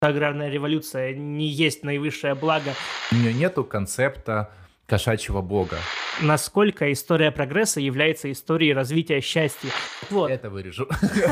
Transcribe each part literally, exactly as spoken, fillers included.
Аграрная революция не есть наивысшее благо. У нее нету концепта кошачьего бога. Насколько история прогресса является историей развития счастья. Вот. Это вырежу.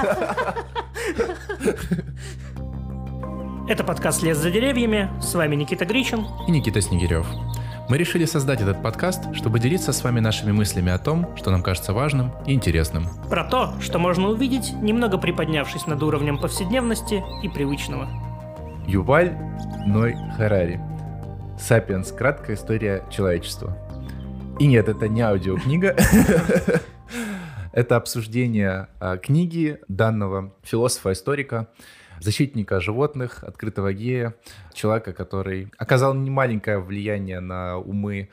Это подкаст «Лес за деревьями». С вами Никита Гричин и Никита Снегирев. Мы решили создать этот подкаст, чтобы делиться с вами нашими мыслями о том, что нам кажется важным и интересным. Про то, что можно увидеть, немного приподнявшись над уровнем повседневности и привычного. Юваль Ной Харари. «Сапиенс. Краткая история человечества». И нет, это не аудиокнига. Это обсуждение книги данного философа-историка, защитника животных, открытого гея, человека, который оказал немаленькое влияние на умы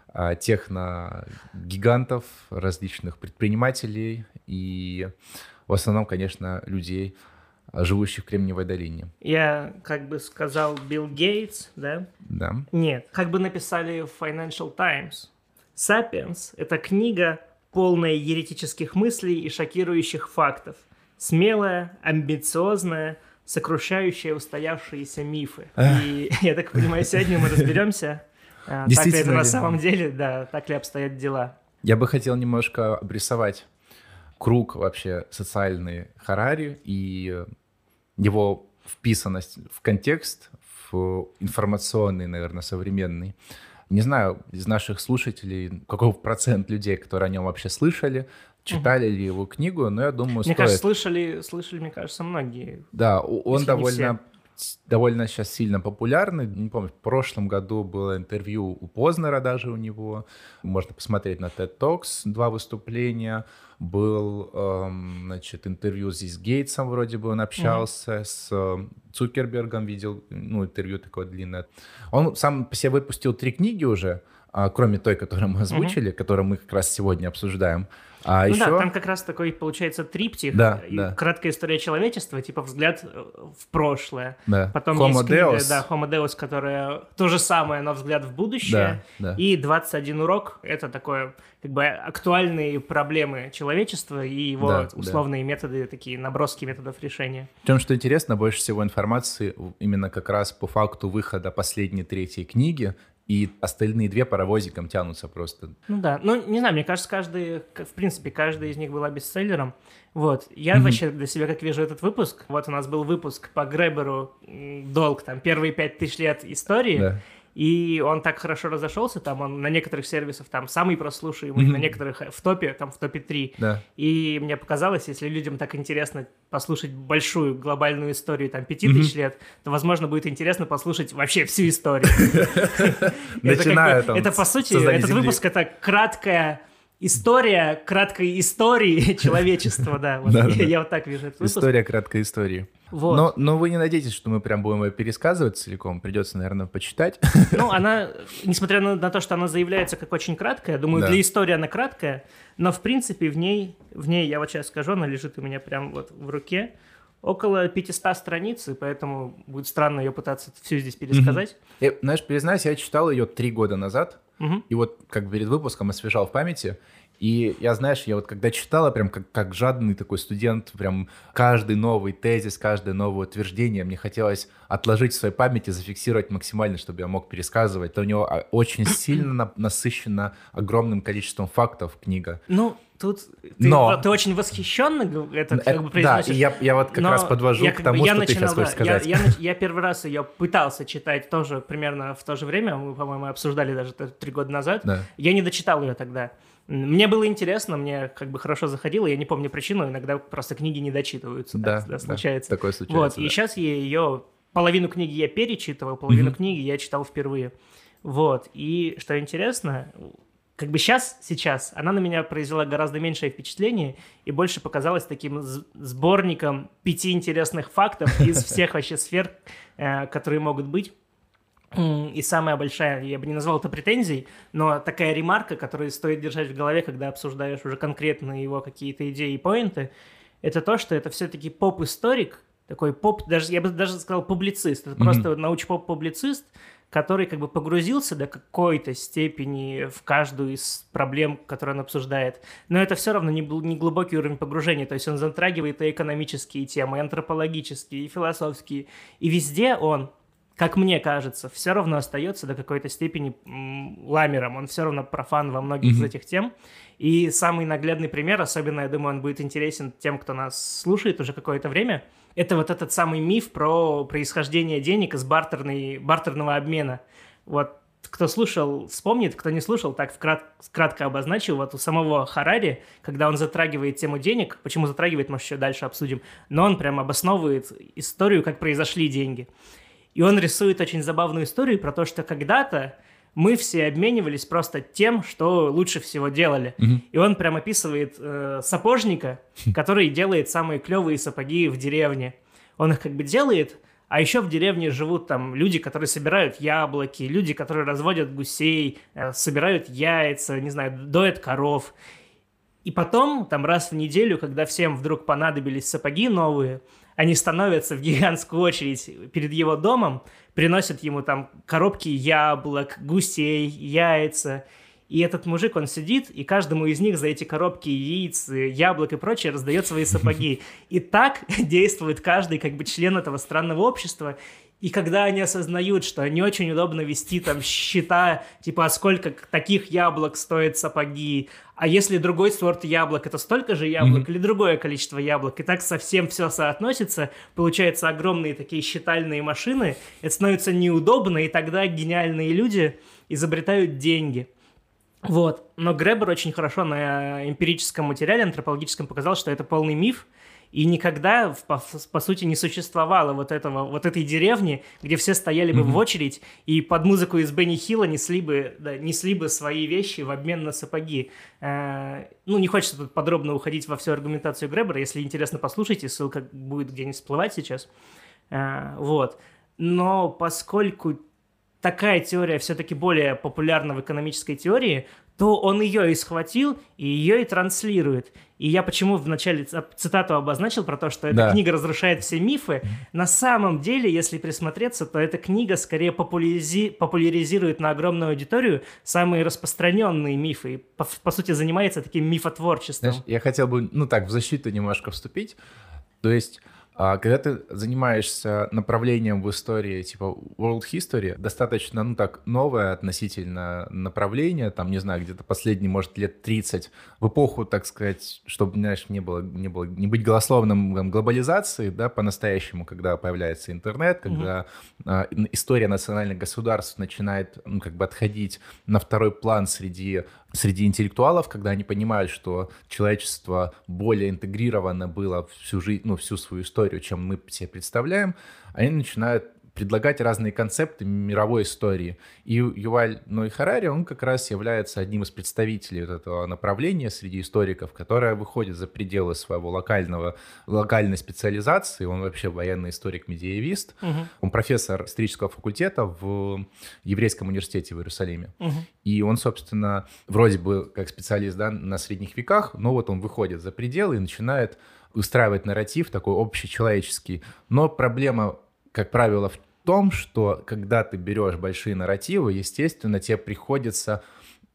техногигантов, различных предпринимателей и в основном, конечно, людей, живущих в Кремниевой долине. Я как бы сказал Билл Гейтс, да? Да. Нет, как бы написали в Financial Times. «Сапиенс» — это книга, полная еретических мыслей и шокирующих фактов. Смелая, амбициозная, сокрушающая устоявшиеся мифы. И я так понимаю, сегодня мы разберемся, так ли это на самом деле, да, так ли обстоят дела. Я бы хотел немножко обрисовать круг вообще социальный Харари и его вписанность в контекст, в информационный, наверное, современный. Не знаю, из наших слушателей, какой процент людей, которые о нем вообще слышали, читали ли его книгу, но я думаю, мне стоит. кажется, слышали, слышали, мне кажется, многие. Да, он довольно, довольно сейчас сильно популярный. Не помню, в прошлом году было интервью у Познера даже у него. Можно посмотреть на TED Talks, два выступления. Был, эм, значит, интервью здесь с Гейтсом, вроде бы он общался, угу. с э, Цукербергом видел, ну, интервью такое длинное. Он сам по себе выпустил три книги уже, а, кроме той, которую мы озвучили, угу. которую мы как раз сегодня обсуждаем. А ну еще... да, там как раз такой, получается, триптих. Да, да. Краткая история человечества, типа взгляд в прошлое. Да. Потом Homo есть книга, Deus. да, Homo Deus, которая то же самое, но взгляд в будущее. Да, да. И двадцать один урок — это такое, как бы, актуальные проблемы человечества и его да, условные да. методы, такие наброски методов решения. Причем, что интересно, больше всего информации именно как раз по факту выхода последней третьей книги, и остальные две паровозиком тянутся просто. Ну да, ну не знаю, мне кажется, каждый, в принципе, каждая из них была бестселлером. Вот, я mm-hmm. вообще для себя как вижу этот выпуск. Вот у нас был выпуск по Греберу «Долг», там, первые пять тысяч лет истории. Да. И он так хорошо разошелся, там он на некоторых сервисах там самый прослушиваемый, mm-hmm. на некоторых в топе, там в топе три. Да. И мне показалось, если людям так интересно послушать большую глобальную историю там пяти mm-hmm. тысяч лет, то, возможно, будет интересно послушать вообще всю историю. Начиная там. Это, по сути, этот выпуск — это краткая... История краткой истории человечества, да. Вот. да, я, да. я вот так вижу этот выпуск. История краткой истории. Вот. Но, но вы не надеетесь, что мы прям будем ее пересказывать целиком? Придется, наверное, почитать. Ну, она, несмотря на, на то, что она заявляется как очень краткая, думаю, да. для истории она краткая, но, в принципе, в ней, в ней, я вот сейчас скажу, она лежит у меня прям вот в руке, около пятисот страниц, и поэтому будет странно ее пытаться все здесь пересказать. Mm-hmm. Я, знаешь, признаюсь, я читал ее три года назад, mm-hmm. и вот как перед выпуском освежал в памяти. И я, знаешь, я вот когда читала, прям как, как жадный такой студент, прям каждый новый тезис, каждое новое утверждение мне хотелось отложить в своей памяти, зафиксировать максимально, чтобы я мог пересказывать. То у него очень сильно насыщена огромным количеством фактов книга. Ну, тут ты, Но... ты очень восхищенно это, это как бы произносишь. Да, и я, я вот как Но раз подвожу я, к как тому, бы, что начинал, ты сейчас да, хочешь сказать. Я, я, я первый раз ее пытался читать тоже примерно в то же время, мы, по-моему, обсуждали даже три года назад. Да. Я не дочитал ее тогда. Мне было интересно, мне как бы хорошо заходило, я не помню причину, иногда просто книги не дочитываются, да, так, да, да, случается. Такое случается. Вот, да. И сейчас я ее, половину книги я перечитывал, половину mm-hmm. книги я читал впервые. Вот, и что интересно, как бы сейчас, сейчас она на меня произвела гораздо меньшее впечатление и больше показалась таким сборником пяти интересных фактов из всех вообще сфер, которые могут быть. И самая большая, я бы не назвал это претензией, но такая ремарка, которую стоит держать в голове, когда обсуждаешь уже конкретно его какие-то идеи и поинты, это то, что это все-таки поп-историк, такой поп, даже я бы даже сказал публицист. Это mm-hmm. просто научно-поп-публицист, который как бы погрузился до какой-то степени в каждую из проблем, которые он обсуждает. Но это все равно не, не глубокий уровень погружения, то есть он затрагивает и экономические темы, и антропологические, и философские, и везде он, как мне кажется, все равно остается до какой-то степени м, ламером, он все равно профан во многих mm-hmm. из этих тем. И самый наглядный пример, особенно, я думаю, он будет интересен тем, кто нас слушает уже какое-то время, это вот этот самый миф про происхождение денег из бартерной, бартерного обмена. Вот кто слушал, вспомнит, кто не слушал, так вкрат, кратко обозначил. Вот у самого Харари, когда он затрагивает тему денег, почему затрагивает, может, еще дальше обсудим, но он прям обосновывает историю, как произошли деньги. И он рисует очень забавную историю про то, что когда-то мы все обменивались просто тем, что лучше всего делали. Mm-hmm. И он прям описывает э, сапожника, который делает самые клевые сапоги в деревне. Он их как бы делает, а еще в деревне живут там люди, которые собирают яблоки, люди, которые разводят гусей, э, собирают яйца, не знаю, доят коров. И потом, там раз в неделю, когда всем вдруг понадобились сапоги новые, они становятся в гигантскую очередь перед его домом, приносят ему там коробки яблок, гусей, яйца. И этот мужик, он сидит, и каждому из них за эти коробки яиц, яблок и прочее раздает свои сапоги. И так действует каждый как бы член этого странного общества. И когда они осознают, что не очень удобно вести там счета, типа, а сколько таких яблок стоят сапоги, а если другой сорт яблок, это столько же яблок mm-hmm. или другое количество яблок, и так совсем все соотносится, получаются огромные такие считальные машины, это становится неудобно, и тогда гениальные люди изобретают деньги. Вот. Но Гребер очень хорошо на эмпирическом материале, антропологическом показал, что это полный миф, и никогда, по, по сути, не существовало вот, этого, вот этой деревни, где все стояли бы mm-hmm. в очередь и под музыку из Бенни Хилла несли бы, да, несли бы свои вещи в обмен на сапоги. Э, ну, не хочется тут подробно уходить во всю аргументацию Гребера. Если интересно, послушайте, ссылка будет где-нибудь всплывать сейчас. Э, вот. Но поскольку такая теория все-таки более популярна в экономической теории, то он ее и схватил, и ее и транслирует. И я почему в начале цитату обозначил про то, что эта да. книга разрушает все мифы. На самом деле, если присмотреться, то эта книга скорее популяризи... популяризирует на огромную аудиторию самые распространенные мифы. И, по, по сути, занимается таким мифотворчеством. Знаешь, я хотел бы, ну так, в защиту немножко вступить. То есть... Когда ты занимаешься направлением в истории типа World History, достаточно, ну так, новое относительно направление, там, не знаю, где-то последние, может, лет тридцать, в эпоху, так сказать, чтобы, знаешь, не было, не было, не быть голословным там, глобализации, да, по-настоящему, когда появляется интернет, когда mm-hmm. э, история национальных государств начинает, ну, как бы отходить на второй план среди среди интеллектуалов, когда они понимают, что человечество более интегрировано было всю жизнь, ну, всю свою историю, чем мы себе представляем, они начинают предлагать разные концепты мировой истории. И Юваль Ной Харари, он как раз является одним из представителей вот этого направления среди историков, которое выходит за пределы своего локального, локальной специализации. Он вообще военный историк-медиевист. Угу. Он профессор исторического факультета в Еврейском университете в Иерусалиме. Угу. И он, собственно, вроде бы как специалист, да, на средних веках, но вот он выходит за пределы и начинает устраивать нарратив такой общечеловеческий. Но проблема, как правило, в том, что когда ты берешь большие нарративы, естественно, тебе приходится,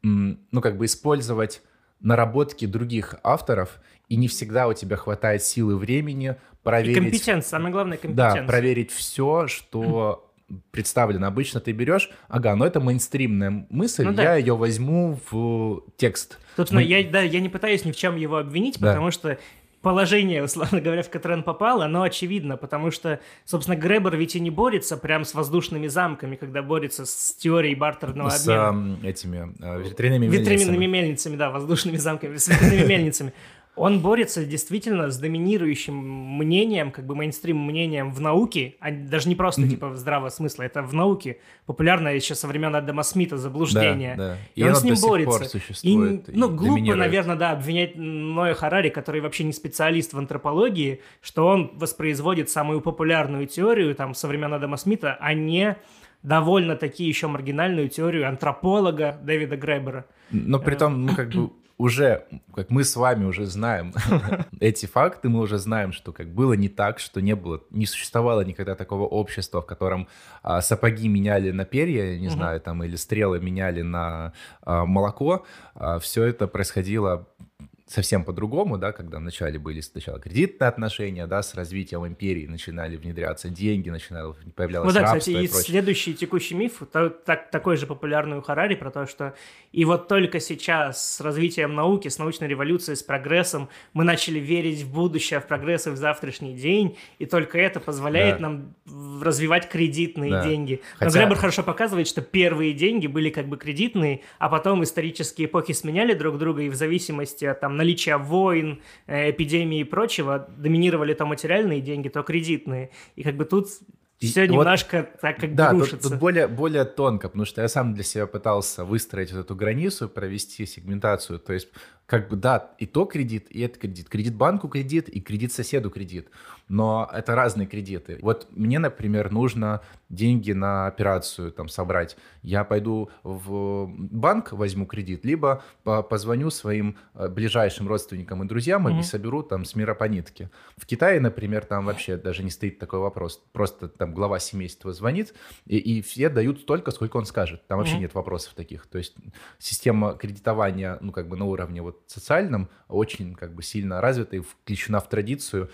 ну, как бы использовать наработки других авторов, и не всегда у тебя хватает силы времени проверить... И компетенция, самое главное, компетенция. Да, проверить все, что представлено. Обычно ты берешь, ага, ну это мейнстримная мысль, ну, да. я ее возьму в текст. Тут, Мы... я, да, я не пытаюсь ни в чем его обвинить, да. потому что положение, условно говоря, в которое он попал, оно очевидно, потому что, собственно, Гребер ведь и не борется прям с воздушными замками, когда борется с теорией бартерного с, обмена. С этими э, ветряными мельницами. Ветряными мельницами, да, воздушными замками, с ветряными мельницами. Он борется действительно с доминирующим мнением, как бы мейнстрим-мнением в науке, а даже не просто mm-hmm. типа здравого смысла, это в науке популярное еще со времен Адама Смита заблуждение. Да, да. И, и он с ним до борется. Сих пор существует и, ну, глупо, наверное, да, обвинять Ноя Харари, который вообще не специалист в антропологии, что он воспроизводит самую популярную теорию там со времен Адама Смита, а не довольно-таки еще маргинальную теорию антрополога Дэвида Гребера. Но при том, ну, как бы уже, как мы с вами уже знаем эти факты, мы уже знаем, что как было не так, что не было, не существовало никогда такого общества, в котором а, сапоги меняли на перья, я не uh-huh. знаю, там, или стрелы меняли на а, молоко. А, все это происходило совсем по-другому, да, когда вначале были сначала кредитные отношения, да, с развитием империи начинали внедряться деньги, начинало появлялось рабство. Ну да, рабство кстати, и, и прочее. Следующий текущий миф, то, так, такой же популярный у Харари, про то, что и вот только сейчас с развитием науки, с научной революцией, с прогрессом мы начали верить в будущее, в прогресс и в завтрашний день, и только это позволяет да. нам развивать кредитные да. деньги. Но Хотя... Гребер хорошо показывает, что первые деньги были как бы кредитные, а потом исторические эпохи сменяли друг друга, и в зависимости от там наличия войн, эпидемии и прочего, доминировали то материальные деньги, то кредитные. И как бы тут все и немножко вот, так как да, бы рушится. Тут, тут более, более тонко, потому что я сам для себя пытался выстроить вот эту границу, провести сегментацию. То есть как бы да, и то кредит, и это кредит. Кредит банку кредит, и кредит соседу кредит. Но это разные кредиты. Вот мне, например, нужно деньги на операцию там собрать. Я пойду в банк, возьму кредит, либо позвоню своим ближайшим родственникам и друзьям mm-hmm. и соберу там с мира по нитке. В Китае, например, там вообще даже не стоит такой вопрос. Просто там глава семейства звонит, и, и все дают столько, сколько он скажет. Там вообще mm-hmm. нет вопросов таких. То есть система кредитования, ну, как бы на уровне вот социальном очень как бы сильно развита и включена в традицию.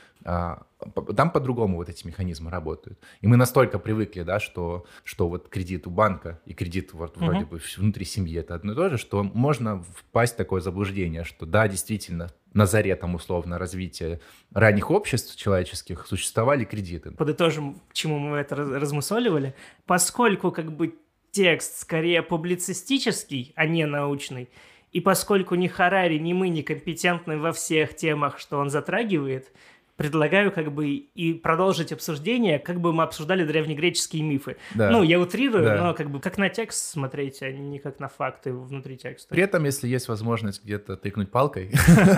Там по-другому вот эти механизмы работают. И мы настолько привыкли, да, что, что вот кредит у банка и кредит вот, uh-huh. вроде бы внутри семьи это одно и то же, что можно впасть в такое заблуждение, что да, действительно, на заре там условно развития ранних обществ человеческих существовали кредиты. Подытожим, к чему мы это размусоливали. Поскольку как бы текст скорее публицистический, а не научный, и поскольку ни Харари, ни мы не компетентны во всех темах, что он затрагивает, предлагаю как бы и продолжить обсуждение, как бы мы обсуждали древнегреческие мифы. Да. Ну, я утрирую, да. но как бы как на текст смотреть, а не как на факты внутри текста. При этом, если есть возможность где-то тыкнуть палкой,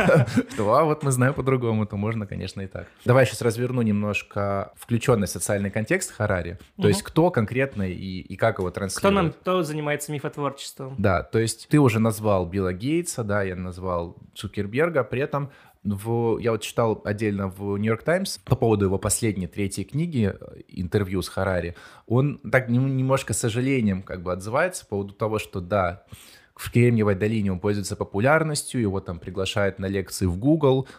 то а вот мы знаем по-другому, то можно, конечно, и так. Давай сейчас разверну немножко включенный социальный контекст Харари. То есть кто конкретно и как его транслирует. Кто нам, кто занимается мифотворчеством. Да, то есть ты уже назвал Билла Гейтса, да, я назвал Цукерберга, при этом В, я вот читал отдельно в Нью-Йорк Таймс по поводу его последней, третьей книги, интервью с Харари. Он так немножко с сожалением как бы отзывается по поводу того, что да, в Кремниевой долине он пользуется популярностью, его там приглашают на лекции в Google,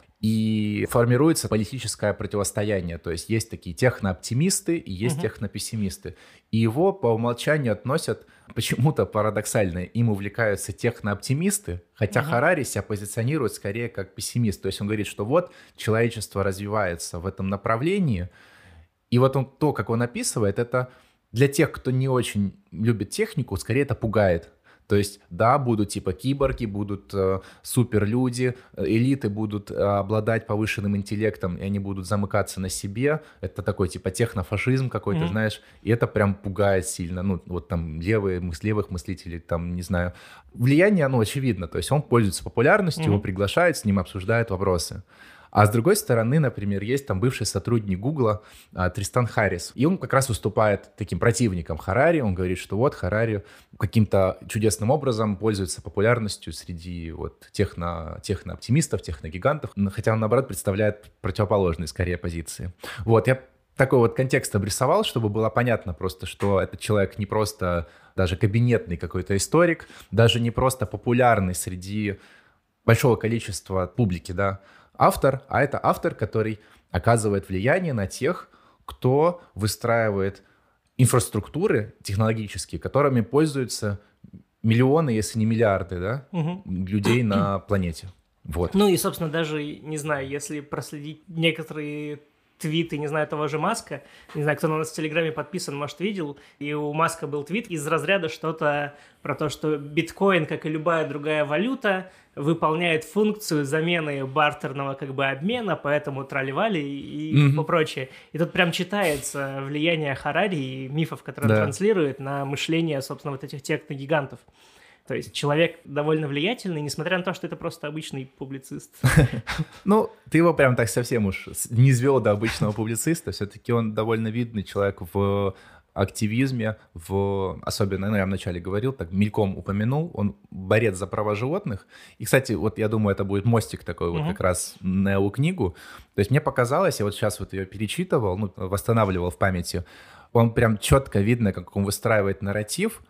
и формируется политическое противостояние. То есть есть такие технооптимисты и есть uh-huh. технопессимисты. И его по умолчанию относят, почему-то парадоксально, им увлекаются технооптимисты, хотя uh-huh. Харари себя позиционирует скорее как пессимист. То есть он говорит, что вот человечество развивается в этом направлении, и вот он, то, как он описывает, это для тех, кто не очень любит технику, скорее это пугает. То есть, да, будут типа киборги, будут э, суперлюди, элиты будут э, обладать повышенным интеллектом, и они будут замыкаться на себе. Это такой типа технофашизм какой-то, mm-hmm. знаешь, и это прям пугает сильно. Ну, вот там левые, левых мыслителей, там, не знаю. Влияние, оно очевидно, то есть он пользуется популярностью, mm-hmm. его приглашают, с ним обсуждают вопросы. А с другой стороны, например, есть там бывший сотрудник Гугла Тристан Харрис. И он как раз выступает таким противником Харари. Он говорит, что вот Харари каким-то чудесным образом пользуется популярностью среди вот техно, технооптимистов, техногигантов. Хотя он, наоборот, представляет противоположные скорее позиции. Вот, я такой вот контекст обрисовал, чтобы было понятно просто, что этот человек не просто даже кабинетный какой-то историк, даже не просто популярный среди большого количества публики, да, автор, а это автор, который оказывает влияние на тех, кто выстраивает инфраструктуры технологические, которыми пользуются миллионы, если не миллиарды, да, угу. людей на планете. Вот. Ну и, собственно, даже, не знаю, если проследить некоторые твиты, не знаю, того же Маска, не знаю, кто на нас в Телеграме подписан, может, видел, и у Маска был твит из разряда что-то про то, что биткоин, как и любая другая валюта, выполняет функцию замены бартерного как бы обмена, поэтому тролливали и mm-hmm. прочее. И тут прям читается влияние Харари и мифов, которые да. он транслирует на мышление, собственно, вот этих техногигантов. То есть человек довольно влиятельный, несмотря на то, что это просто обычный публицист. Ну, ты его прям так совсем уж не звел до обычного публициста. Все-таки он довольно видный человек в активизме, в, особенно, ну, я вначале говорил, так мельком упомянул, он борец за права животных. И, кстати, вот я думаю, это будет мостик такой вот mm-hmm. как раз на его книгу. То есть мне показалось, я вот сейчас вот ее перечитывал, ну, восстанавливал в памяти, он прям четко видно, как он выстраивает нарратив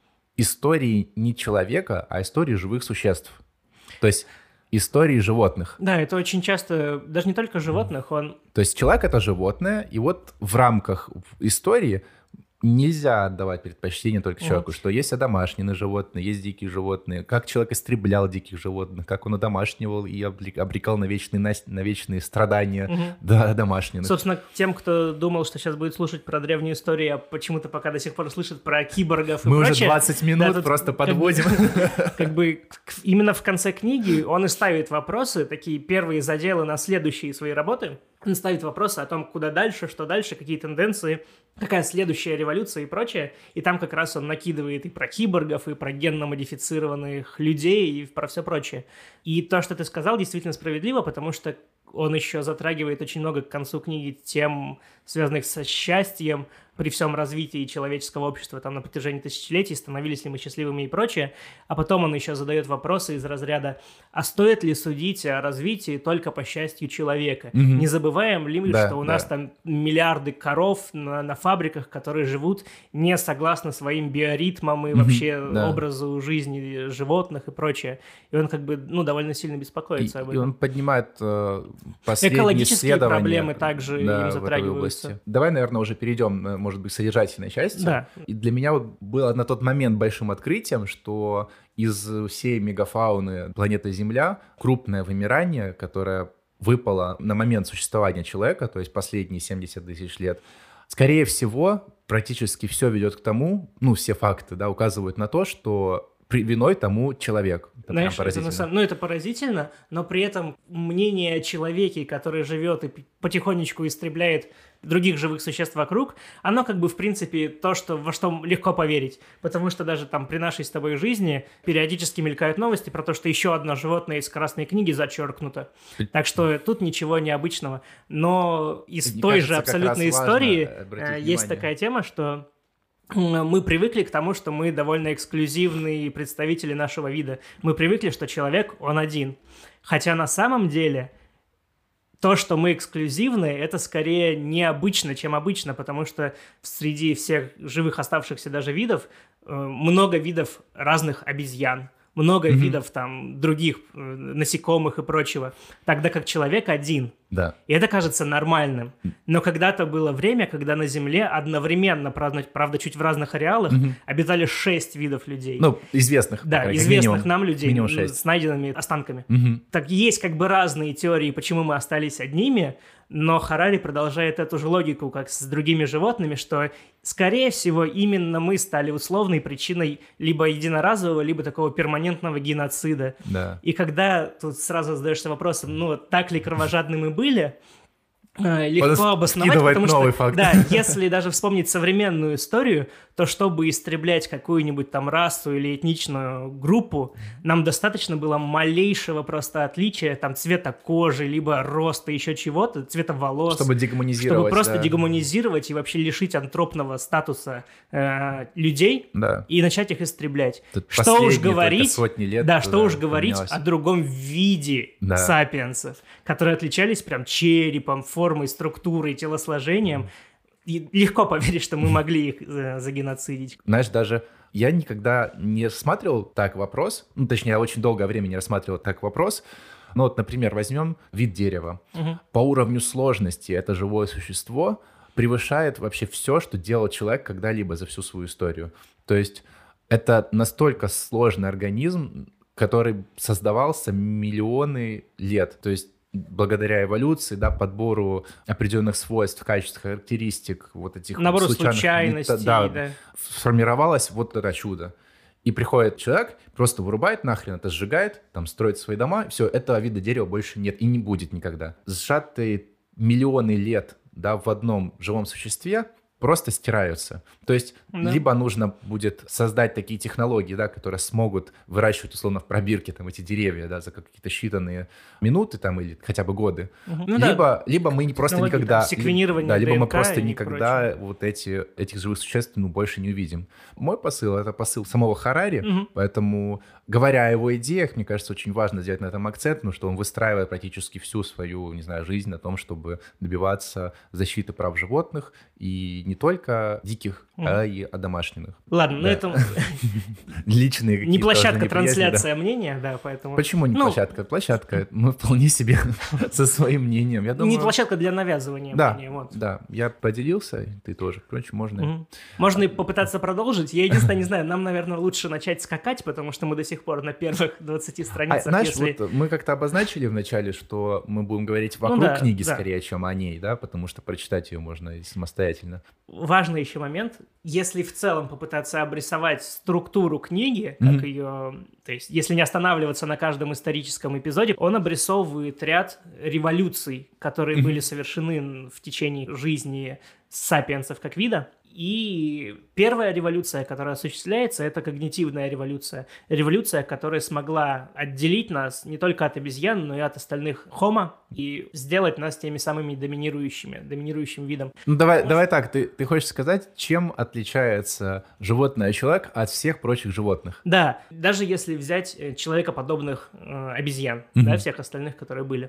истории не человека, а истории живых существ. То есть истории животных. Да, это очень часто, даже не только животных, он... То есть человек — это животное, и вот в рамках истории нельзя отдавать предпочтение только человеку, mm. что есть одомашненные животные, есть дикие животные, как человек истреблял диких животных, как он одомашнивал и обрекал на вечные, на вечные страдания mm-hmm. да, домашних. Собственно, тем, кто думал, что сейчас будет слушать про древнюю историю, а почему-то пока до сих пор слышит про киборгов и Мы прочее. Мы уже двадцать минут да, просто подводим. Как бы именно в конце книги он и ставит вопросы, такие первые заделы на следующие свои работы. Он ставит вопросы о том, куда дальше, что дальше, какие тенденции, какая следующая революция и прочее. И там как раз он накидывает и про киборгов, и про генно-модифицированных людей, и про все прочее. И то, что ты сказал, действительно справедливо, потому что он еще затрагивает очень много к концу книги тем, связанных со счастьем при всем развитии человеческого общества там на протяжении тысячелетий, становились ли мы счастливыми и прочее. А потом он еще задает вопросы из разряда: а стоит ли судить о развитии только по счастью человека? Mm-hmm. Не забываем ли мы, да, что у да. нас там миллиарды коров на, на фабриках, которые живут не согласно своим биоритмам и mm-hmm. вообще да. образу жизни животных и прочее. И он как бы, ну, довольно сильно беспокоится и, об этом. И он поднимает э, последние экологические проблемы также да, им затрагиваются. Давай, наверное, уже перейдем, может быть, к содержательной части. Да. И для меня вот было на тот момент большим открытием, что из всей мегафауны планеты Земля крупное вымирание, которое выпало на момент существования человека, то есть последние семьдесят тысяч лет, скорее всего, практически все ведет к тому, ну, все факты, да, указывают на то, что виной тому человек. Это Знаешь, это на самом... ну, это поразительно, но при этом мнение о человеке, который живет и потихонечку истребляет других живых существ вокруг, оно как бы, в принципе, то, что, во что легко поверить. Потому что даже там при нашей с тобой жизни периодически мелькают новости про то, что еще одно животное из Красной книги зачеркнуто. Так что тут ничего необычного. Но из Мне той кажется, же абсолютной истории есть такая тема, что мы привыкли к тому, что мы довольно эксклюзивные представители нашего вида. Мы привыкли, что человек, он один. Хотя на самом деле то, что мы эксклюзивные, это скорее необычно, чем обычно, потому что среди всех живых оставшихся даже видов много видов разных обезьян, много mm-hmm. видов там других насекомых и прочего, тогда как человек один. Да. И это кажется нормальным. Но когда-то было время, когда на Земле одновременно, правда, правда чуть в разных ареалах, mm-hmm. обитали шесть видов людей. Ну, известных. Да, как известных минимум, нам людей шесть. С найденными останками. Mm-hmm. Так есть как бы разные теории, почему мы остались одними, но Харари продолжает эту же логику, как с другими животными, что, скорее всего, именно мы стали условной причиной либо единоразового, либо такого перманентного геноцида. Да. И когда тут сразу задаешься вопросом, ну, так ли кровожадны мы были, легко обосновать, потому что, факт. да, если даже вспомнить современную историю, то чтобы истреблять какую-нибудь там расу или этничную группу, нам достаточно было малейшего просто отличия, там, цвета кожи, либо роста, еще чего-то, цвета волос. Чтобы дегуманизировать. Чтобы просто да. дегуманизировать и вообще лишить антропного статуса э, людей да. и начать их истреблять. Тут что уж говорить, сотни лет, да, что да, уж говорить поменялось. о другом виде да. сапиенсов, которые отличались прям черепом, формой, структурой, телосложением. И легко поверить, что мы могли их э, загеноцидить. Знаешь, даже я никогда не рассматривал так вопрос, ну, точнее, я очень долгое время не рассматривал так вопрос, ну, вот, например, возьмем вид дерева. Угу. По уровню сложности это живое существо превышает вообще все, что делал человек когда-либо за всю свою историю. То есть это настолько сложный организм, который создавался миллионы лет. То есть благодаря эволюции, да, подбору определенных свойств, качеств, характеристик, вот этих набору вот случайностей, да, да. сформировалось вот это чудо. И приходит человек, просто вырубает нахрен, это сжигает, там строит свои дома, все, этого вида дерева больше нет и не будет никогда. Сжатые миллионы лет, да, в одном живом существе, просто стираются. То есть да. либо нужно будет создать такие технологии, да, которые смогут выращивать, условно, в пробирке там, эти деревья, да, за какие-то считанные минуты там, или хотя бы годы. Угу. Ну, либо, да. либо мы не просто никогда... Секвенирование да, либо ДНК мы просто никогда прочее. вот эти, этих живых существ ну, больше не увидим. Мой посыл — это посыл самого Харари, угу. поэтому, говоря о его идеях, мне кажется, очень важно сделать на этом акцент, ну, что он выстраивает практически всю свою, не знаю, жизнь на том, чтобы добиваться защиты прав животных, и не только диких, mm. а и одомашненных. Ладно, да. ну это... Личные какие-то... Не площадка, трансляция да. мнения, да, поэтому... Почему не ну... площадка? Площадка. Мы вполне себе со своим мнением. Я думаю... Не площадка для навязывания да, мнения. Вот. Да, я поделился, ты тоже. Впрочем, можно... Mm-hmm. Можно и попытаться продолжить. Я единственное не знаю, нам, наверное, лучше начать скакать, потому что мы до сих пор на первых двадцати страницах. А, знаешь, если... вот мы как-то обозначили вначале, что мы будем говорить вокруг ну, да, книги да. скорее, чем о ней, да, потому что прочитать ее можно и самостоятельно. Важный еще момент. Если в целом попытаться обрисовать структуру книги, как mm-hmm. ее... То есть, если не останавливаться на каждом историческом эпизоде, он обрисовывает ряд революций, которые mm-hmm. были совершены в течение жизни сапиенсов как вида. И первая революция, которая осуществляется, это когнитивная революция. Революция, которая смогла отделить нас не только от обезьян, но и от остальных хомо и сделать нас теми самыми доминирующими, доминирующим видом. Ну давай, Может... давай так, ты, ты хочешь сказать, чем отличается животное человек от всех прочих животных? Да, даже если взять человекоподобных э, обезьян, mm-hmm. да, всех остальных, которые были.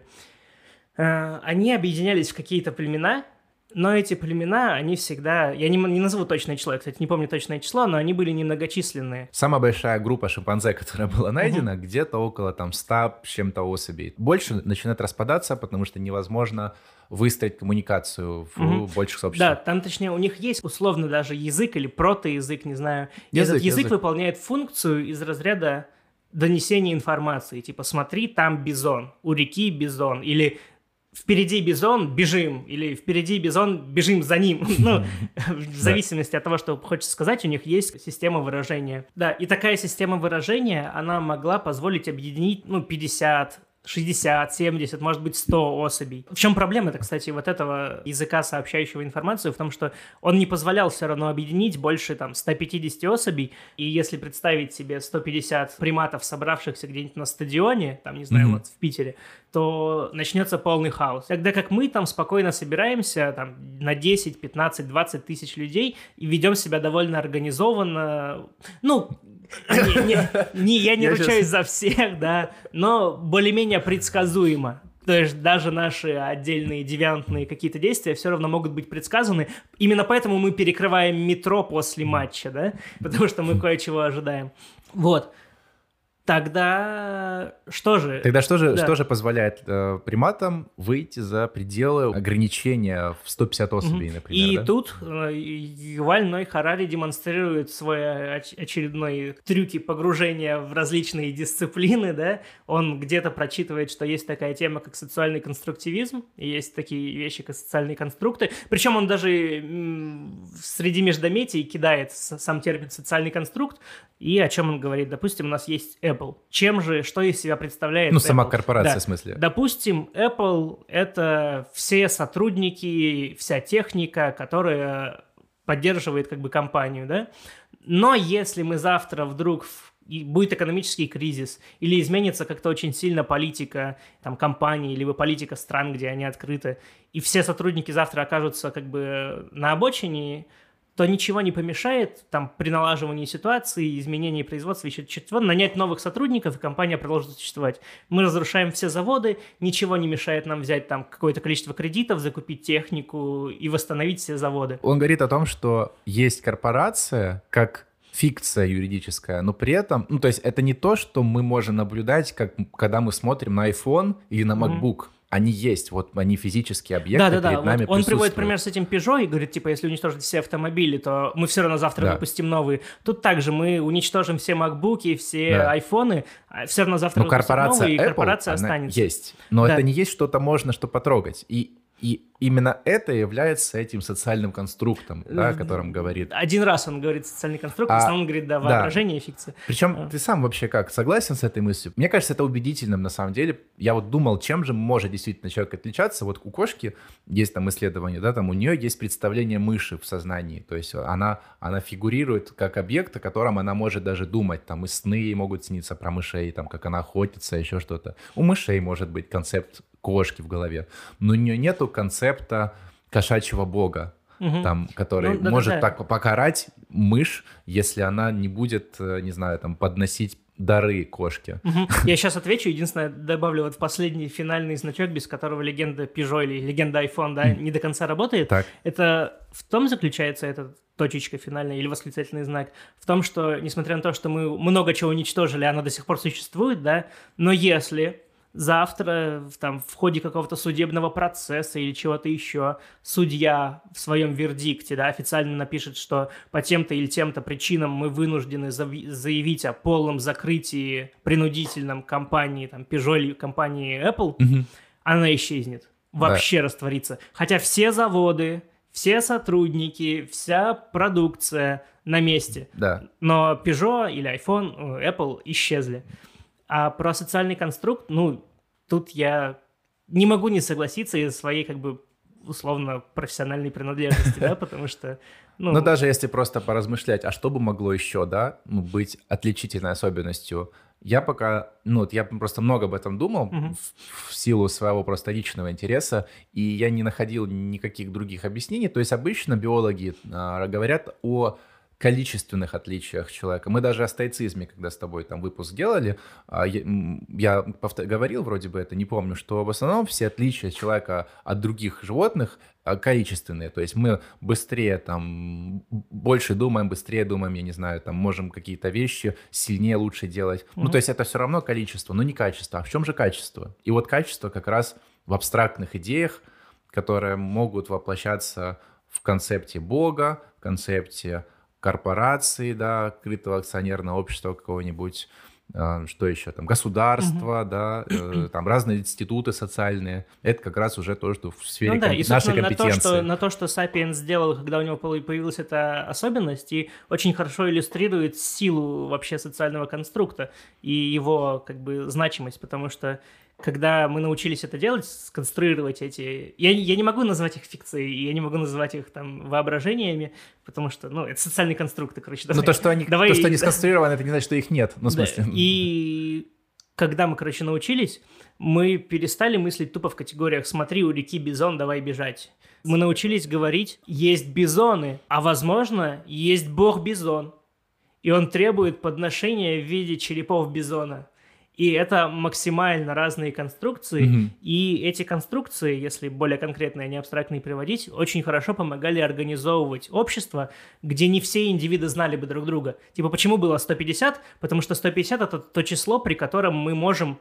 Э, они объединялись в какие-то племена. Но эти племена, они всегда... Я не, не назову точное число, я, кстати, не помню точное число, но они были немногочисленные. Самая большая группа шимпанзе, которая была найдена, uh-huh. где-то около там ста с чем-то особей. Больше начинает распадаться, потому что невозможно выстроить коммуникацию в uh-huh. больших сообществах. Да, там, точнее, у них есть условно даже язык или протоязык, не знаю. И язык, этот язык, язык выполняет функцию из разряда донесения информации. Типа, смотри, там бизон, у реки бизон, или... Впереди бизон, бежим, или впереди бизон, бежим за ним. Ну, в зависимости от того, что хочется сказать, у них есть система выражения. Да, и такая система выражения, она могла позволить объединить, ну, пятьдесят, шестьдесят, семьдесят, может быть, сто особей. В чем проблема-то, кстати, вот этого языка, сообщающего информацию, в том, что он не позволял все равно объединить больше, там, ста пятидесяти особей, и если представить себе сто пятьдесят приматов, собравшихся где-нибудь на стадионе, там, не знаю, mm-hmm. вот в Питере, то начнется полный хаос. Тогда как мы там спокойно собираемся там, на десять, пятнадцать, двадцать тысяч людей и ведем себя довольно организованно, ну... Не, не, не, я не я ручаюсь сейчас... за всех, да, но более-менее предсказуемо. То есть даже наши отдельные девиантные какие-то действия все равно могут быть предсказаны. Именно поэтому мы перекрываем метро после матча, да, потому что мы кое-чего ожидаем. Вот. Тогда что же? Тогда что же, да. что же позволяет э, приматам выйти за пределы ограничения в сто пятьдесят особей, mm-hmm. например? И да? тут э, Юваль Ной Харари демонстрирует свой оч- очередной трюки погружения в различные дисциплины, да? Он где-то прочитывает, что есть такая тема, как социальный конструктивизм, и есть такие вещи, как социальные конструкты. Причем он даже м- среди междометий кидает сам термин «социальный конструкт», и о чем он говорит. Допустим, у нас есть Apple. Чем же, что из себя представляет Ну, Apple? сама корпорация, да. в смысле. Допустим, Apple — это все сотрудники, вся техника, которая поддерживает как бы компанию, да? Но если мы завтра вдруг и будет экономический кризис, или изменится как-то очень сильно политика там, компаний, либо политика стран, где они открыты, и все сотрудники завтра окажутся как бы на обочине, то ничего не помешает там, при налаживании ситуации, изменении производства, еще чего, нанять новых сотрудников, и компания продолжит существовать. Мы разрушаем все заводы, ничего не мешает нам взять там какое-то количество кредитов, закупить технику и восстановить все заводы. Он говорит о том, что есть корпорация как фикция юридическая, но при этом, ну то есть это не то, что мы можем наблюдать, как когда мы смотрим на iPhone или на MacBook. Mm-hmm. Они есть, вот они физические объекты да, да, перед да. нами вот он приводит пример с этим Peugeot и говорит, типа, если уничтожить все автомобили, то мы все равно завтра да. выпустим новые. Тут также мы уничтожим все MacBook'и, все да. айфоны, а все равно завтра но выпустим новые, и Apple, корпорация она останется. Есть, но да. это не есть что-то можно, что потрогать. И, и именно это является этим социальным конструктом, да, о котором говорит. Один раз он говорит социальный конструкт, а, в основном он говорит, да, воображение да. и фикция. Причем а. ты сам вообще как, согласен с этой мыслью? Мне кажется, это убедительным на самом деле. Я вот думал, чем же может действительно человек отличаться. Вот у кошки есть там исследование, да, там у нее есть представление мыши в сознании. То есть она, она фигурирует как объект, о котором она может даже думать. Там и сны ей могут сниться про мышей, там как она охотится, еще что-то. У мышей может быть концепт кошки в голове, но у нее нету концепта кошачьего бога, угу. там, который ну, да, может да, да. так покарать мышь, если она не будет, не знаю, там, подносить дары кошке. Угу. Я сейчас отвечу. Единственное, добавлю вот в последний финальный значок, без которого легенда Peugeot или легенда iPhone, да, не до конца работает. Так. Это в том заключается эта точечка финальная или восклицательный знак, в том, что, несмотря на то, что мы много чего уничтожили, она до сих пор существует, да, но если завтра там, в ходе какого-то судебного процесса или чего-то еще судья в своем вердикте, да, официально напишет, что по тем-то или тем-то причинам мы вынуждены заявить о полном закрытии принудительном компании там, Peugeot или компании Apple, угу. она исчезнет, вообще да. растворится. Хотя все заводы, все сотрудники, вся продукция на месте. Да. Но Peugeot или iPhone, Apple исчезли. А про социальный конструкт, ну, тут я не могу не согласиться из своей, как бы, условно, профессиональной принадлежности, да, потому что... Ну, ну, даже если просто поразмышлять, а что бы могло еще, да, ну, быть отличительной особенностью? Я пока, ну, я просто много об этом думал uh-huh. в, в силу своего просто личного интереса, и я не находил никаких других объяснений. То есть обычно биологи а, говорят о количественных отличиях человека. Мы даже о стоицизме, когда с тобой там выпуск делали, я, я повтор- говорил вроде бы это, не помню, что в основном все отличия человека от других животных количественные. То есть мы быстрее там, больше думаем, быстрее думаем, я не знаю, там можем какие-то вещи сильнее, лучше делать. Mm-hmm. Ну, то есть это все равно количество, но не качество. А в чем же качество? И вот качество как раз в абстрактных идеях, которые могут воплощаться в концепте Бога, в концепте корпорации, да, открытого акционерного общества какого-нибудь, э, что еще там, государства, mm-hmm. да, э, там разные институты социальные. Это как раз уже то, что в сфере ну, да, ком- и, нашей компетенции. На то, что, на то, что Sapiens сделал, когда у него появилась эта особенность, и очень хорошо иллюстрирует силу вообще социального конструкта и его как бы значимость, потому что когда мы научились это делать, сконструировать эти... Я, я не могу назвать их фикцией, я не могу называть их там воображениями, потому что, ну, это социальные конструкты, короче. Ну, то, что они, давай... то, что они сконструированы, это не значит, что их нет. Ну, в смысле... Да. И когда мы, короче, научились, мы перестали мыслить тупо в категориях «смотри, у реки бизон, давай бежать». Мы научились говорить «есть бизоны, а, возможно, есть бог-бизон». И он требует подношения в виде черепов бизона. И это максимально разные конструкции, mm-hmm. и эти конструкции, если более конкретно, а не абстрактные приводить, очень хорошо помогали организовывать общество, где не все индивиды знали бы друг друга. Типа, почему было сто пятьдесят? Потому что сто пятьдесят — это то число, при котором мы можем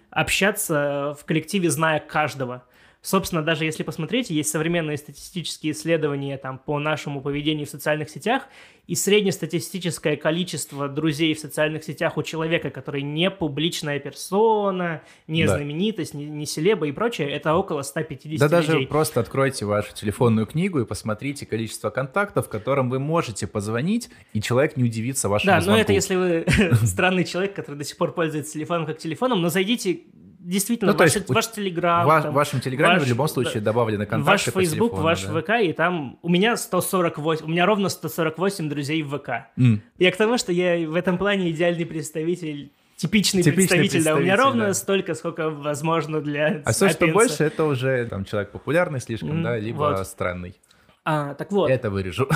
общаться в коллективе, зная каждого. Собственно, даже если посмотреть, есть современные статистические исследования там, по нашему поведению в социальных сетях, и среднестатистическое количество друзей в социальных сетях у человека, который не публичная персона, не да. знаменитость, не, не селеба и прочее, это около ста пятидесяти да людей. Даже просто откройте вашу телефонную книгу и посмотрите количество контактов, которым вы можете позвонить, и человек не удивится вашему да, звонку. Да, но это если вы странный человек, который до сих пор пользуется телефоном как телефоном, но зайдите... Действительно, ну, ваш, ваш Телеграм. В вашем Телеграме в любом случае да, добавлены контакты ваш Фейсбук, ваш да. ВК, и там у меня сто сорок восемь, у меня ровно сто сорок восемь друзей в ВК. Mm. Я к тому, что я в этом плане идеальный представитель, типичный, типичный представитель, представитель, да. У меня ровно да. столько, сколько возможно для А все, что больше, это уже там человек популярный слишком, mm, да, либо вот. странный. А, так вот. Это вырежу.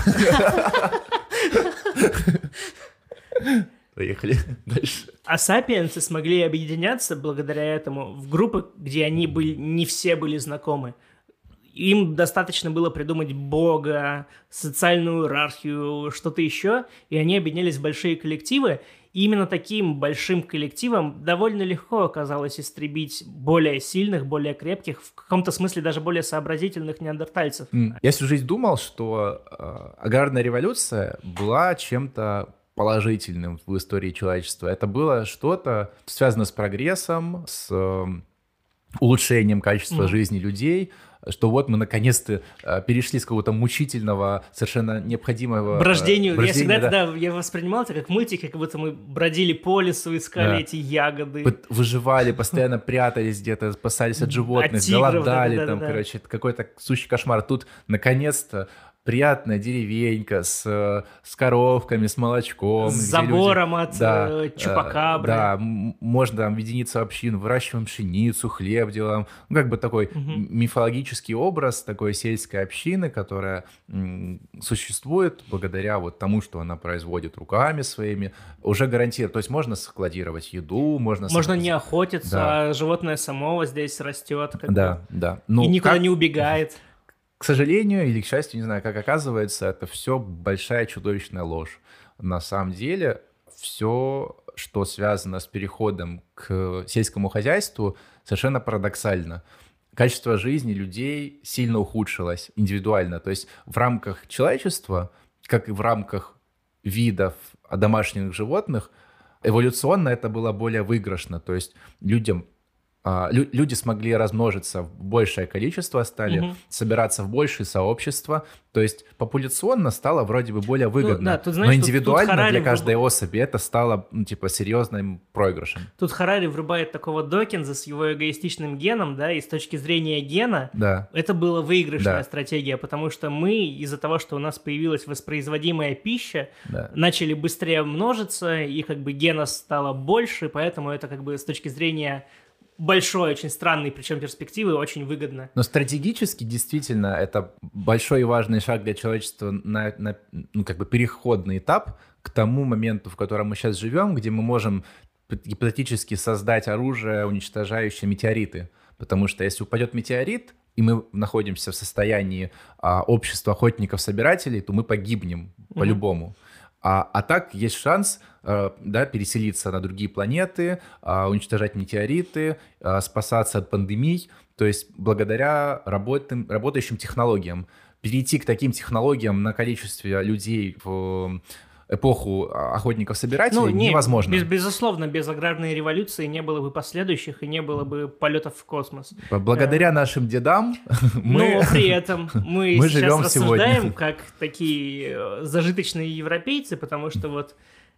Поехали дальше. А сапиенсы смогли объединяться благодаря этому в группы, где они были, не все были знакомы. Им достаточно было придумать бога, социальную иерархию, что-то еще, и они объединялись в большие коллективы. И именно таким большим коллективом довольно легко оказалось истребить более сильных, более крепких, в каком-то смысле даже более сообразительных неандертальцев. Я всю жизнь думал, что э, аграрная революция была чем-то положительным в истории человечества. Это было что-то связано с прогрессом, с э, улучшением качества mm. жизни людей, что вот мы наконец-то перешли с какого-то мучительного, совершенно необходимого... Брождению. брождения, я всегда да. тогда я воспринимал это как мультики, как будто мы бродили по лесу, искали да. эти ягоды. Выживали, постоянно прятались где-то, спасались от животных, от тигров, голодали да, да, там, да, да. короче, это какой-то сущий кошмар. Тут наконец-то приятная деревенька с, с коровками, с молочком. С забором люди, от да, чупакабры. Да, можно там объединиться в общину, выращиваем пшеницу, хлеб делаем. Ну, как бы такой угу. мифологический образ такой сельской общины, которая м, существует благодаря вот тому, что она производит руками своими, уже гарантирует. То есть можно складировать еду, можно... Можно сам... не охотиться, да. а животное само здесь растет. Как да, бы, да. Ну, и никуда как... не убегает. К сожалению или к счастью, не знаю, как оказывается, это все большая чудовищная ложь. На самом деле все, что связано с переходом к сельскому хозяйству, совершенно парадоксально. Качество жизни людей сильно ухудшилось индивидуально. То есть в рамках человечества, как и в рамках видов домашних животных, эволюционно это было более выигрышно. То есть людям... Люди смогли размножиться в большее количество, стали угу. собираться в большие сообщества. То есть популяционно стало вроде бы более выгодно. Ну, да, тут, знаешь, но индивидуально тут, тут для каждой вруб... особи это стало ну, типа серьезным проигрышем. Тут Харари врубает такого Докинза с его эгоистичным геном, да, и с точки зрения гена да. это была выигрышная да. стратегия, потому что мы из-за того, что у нас появилась воспроизводимая пища, да. начали быстрее множиться, и как бы гена стало больше, поэтому это как бы с точки зрения... большой, очень странный, причем перспективы, очень выгодно. Но стратегически действительно это большой и важный шаг для человечества на, на ну, как бы переходный этап к тому моменту, в котором мы сейчас живем, где мы можем гипотетически создать оружие, уничтожающее метеориты. Потому что если упадет метеорит, и мы находимся в состоянии а, общества охотников-собирателей, то мы погибнем mm-hmm. по-любому. А, а так есть шанс э, да, переселиться на другие планеты, э, уничтожать метеориты, э, спасаться от пандемий. То есть благодаря работам, работающим технологиям. Перейти к таким технологиям на количестве людей в эпоху охотников-собирателей ну, не, невозможно. Без, безусловно, без аграрной революции не было бы последующих и не было бы полетов в космос. Благодаря а, нашим дедам мы Но при этом мы, мы сейчас живем рассуждаем сегодня. Как такие зажиточные европейцы, потому что вот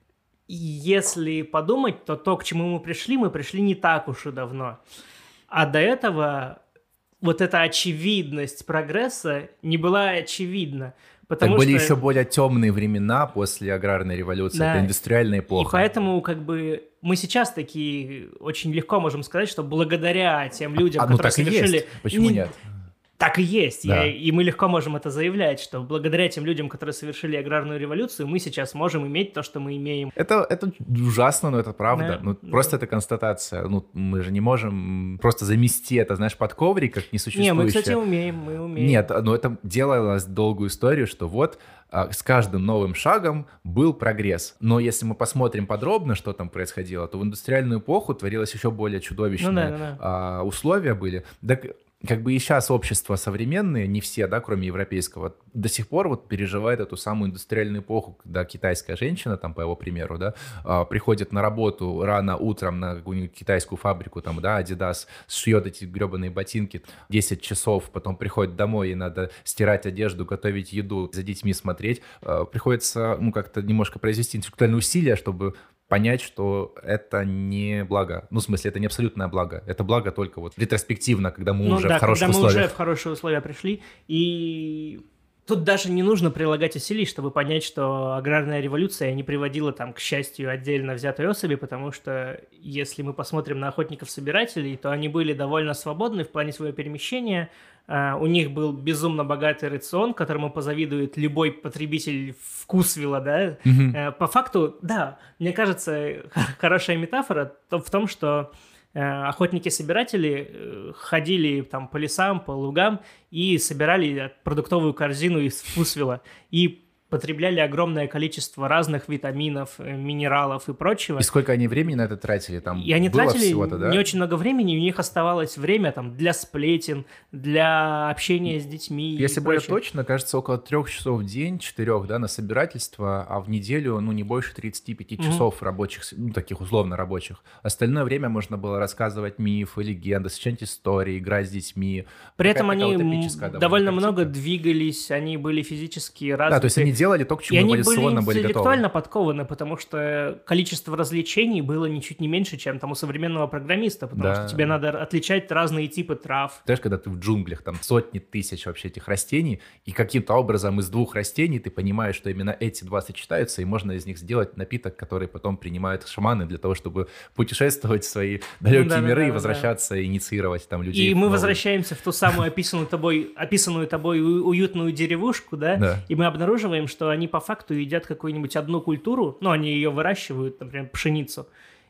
если подумать, то то, к чему мы пришли, мы пришли не так уж и давно. А до этого вот эта очевидность прогресса не была очевидна. Потому так что... были еще более темные времена после аграрной революции, да. Это индустриальная эпоха. И поэтому как бы мы сейчас такие очень легко можем сказать, что благодаря тем людям, а, ну, которые совершили... Есть. Почему не... нет? Так и есть, да. и, и мы легко можем это заявлять, что благодаря тем людям, которые совершили аграрную революцию, мы сейчас можем иметь то, что мы имеем. Это, это ужасно, но это правда. Да. Ну, да. Просто это констатация. Ну, мы же не можем просто замести это, знаешь, под коврик, как несуществующее. Не, мы, кстати, умеем, мы умеем. Нет, но это делалось долгую историю, что вот а, с каждым новым шагом был прогресс. Но если мы посмотрим подробно, что там происходило, то в индустриальную эпоху творилось еще более чудовищные ну, да, да. А, условия были. Так, как бы и сейчас общества современные, не все, да, кроме европейского, до сих пор вот переживает эту самую индустриальную эпоху, когда китайская женщина, там, по его примеру, да, приходит на работу рано утром на какую-нибудь китайскую фабрику, там, да, Adidas, сшьет эти гребаные ботинки десять часов, потом приходит домой, и надо стирать одежду, готовить еду, за детьми смотреть. Приходится, ну, как-то немножко произвести интеллектуальные усилия, чтобы понять, что это не благо. Ну, в смысле, это не абсолютное благо. Это благо только вот ретроспективно, когда мы ну, уже да, в хороших когда условиях. мы уже в хорошие условия пришли. И тут даже не нужно прилагать усилий, чтобы понять, что аграрная революция не приводила там к счастью отдельно взятой особи, потому что если мы посмотрим на охотников-собирателей, то они были довольно свободны в плане своего перемещения. Uh, у них был безумно богатый рацион, которому позавидует любой потребитель вкусвилла, да. Mm-hmm. Uh, по факту, да, мне кажется, хорошая метафора в том, что uh, охотники-собиратели uh, ходили там по лесам, по лугам и собирали продуктовую корзину из вкусвилла. И потребляли огромное количество разных витаминов, минералов и прочего. И сколько они времени на это тратили? Там и они было тратили всего-то, да? не очень много времени, и у них оставалось время там, для сплетен, для общения с детьми. Если и более прочее. точно, кажется, около трех часов в день, четырех, да, на собирательство, а в неделю, ну, не больше тридцати пяти mm-hmm. часов рабочих, ну, таких условно рабочих. Остальное время можно было рассказывать мифы, легенды, сочинять истории, играть с детьми. При этом они довольно картинка. много двигались, они были физически развиты. Да, то есть они делали то, к чему эволюционно были готовы. И они были интеллектуально подкованы, потому что количество развлечений было ничуть не меньше, чем там у современного программиста, потому да. что тебе надо отличать разные типы трав. Знаешь, когда ты в джунглях, там сотни тысяч вообще этих растений, и каким-то образом из двух растений ты понимаешь, что именно эти два сочетаются, и можно из них сделать напиток, который потом принимают шаманы для того, чтобы путешествовать в свои далекие да, миры да, и возвращаться, да. и инициировать там людей. И мы новые. возвращаемся в ту самую описанную тобой, описанную тобой уютную деревушку, да? да, и мы обнаруживаем, что они по факту едят какую-нибудь одну культуру, ну, они ее выращивают, например, пшеницу.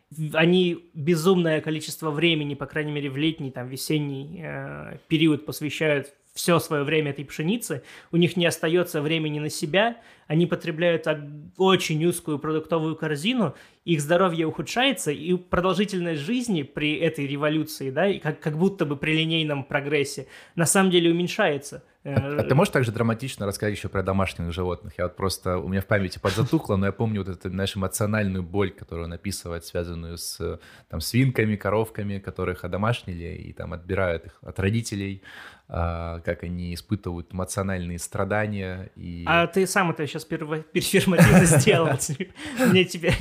Они безумное количество времени, по крайней мере, в летний, там, весенний э, период посвящают все свое время этой пшенице, у них не остается времени на себя, они потребляют очень узкую продуктовую корзину, их здоровье ухудшается, и продолжительность жизни при этой революции, да, как, как будто бы при линейном прогрессе, на самом деле уменьшается. А, а ты можешь также драматично рассказать еще про домашних животных? Я вот просто, у меня в памяти подзатухло, но я помню вот эту нашу эмоциональную боль, которую он описывает, связанную с там, свинками, коровками, которых одомашнили и там отбирают их от родителей, а, как они испытывают эмоциональные страдания. И... А ты сам это сейчас перформативно сделал. Мне теперь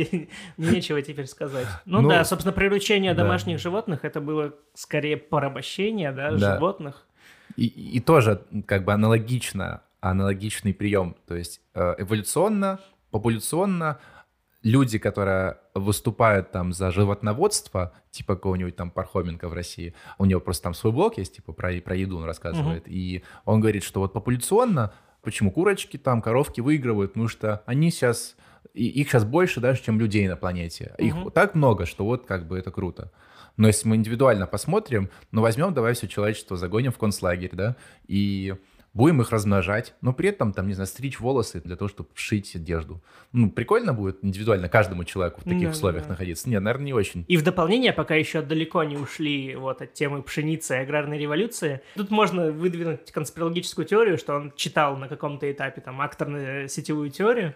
нечего теперь сказать. Ну да, собственно, приручение домашних животных, это было скорее порабощение животных. И, и тоже как бы аналогично, аналогичный прием. То есть эволюционно, популяционно люди, которые выступают там за животноводство, типа какого-нибудь там Пархоменко в России, у него просто там свой блог есть, типа про, про еду он рассказывает, угу. и он говорит, что вот популяционно, почему курочки там, коровки выигрывают, потому что они сейчас, и их сейчас больше даже, чем людей на планете. Их угу. так много, что вот как бы это круто. Но если мы индивидуально посмотрим, ну возьмем, давай все человечество загоним в концлагерь, да, и будем их размножать, но при этом, там, не знаю, стричь волосы для того, чтобы сшить одежду. Ну, прикольно будет индивидуально каждому человеку в таких да, условиях да. находиться? Нет, наверное, не очень. И в дополнение, пока еще далеко не ушли вот от темы пшеницы и аграрной революции, тут можно выдвинуть конспирологическую теорию, что он читал на каком-то этапе там акторно-сетевую теорию,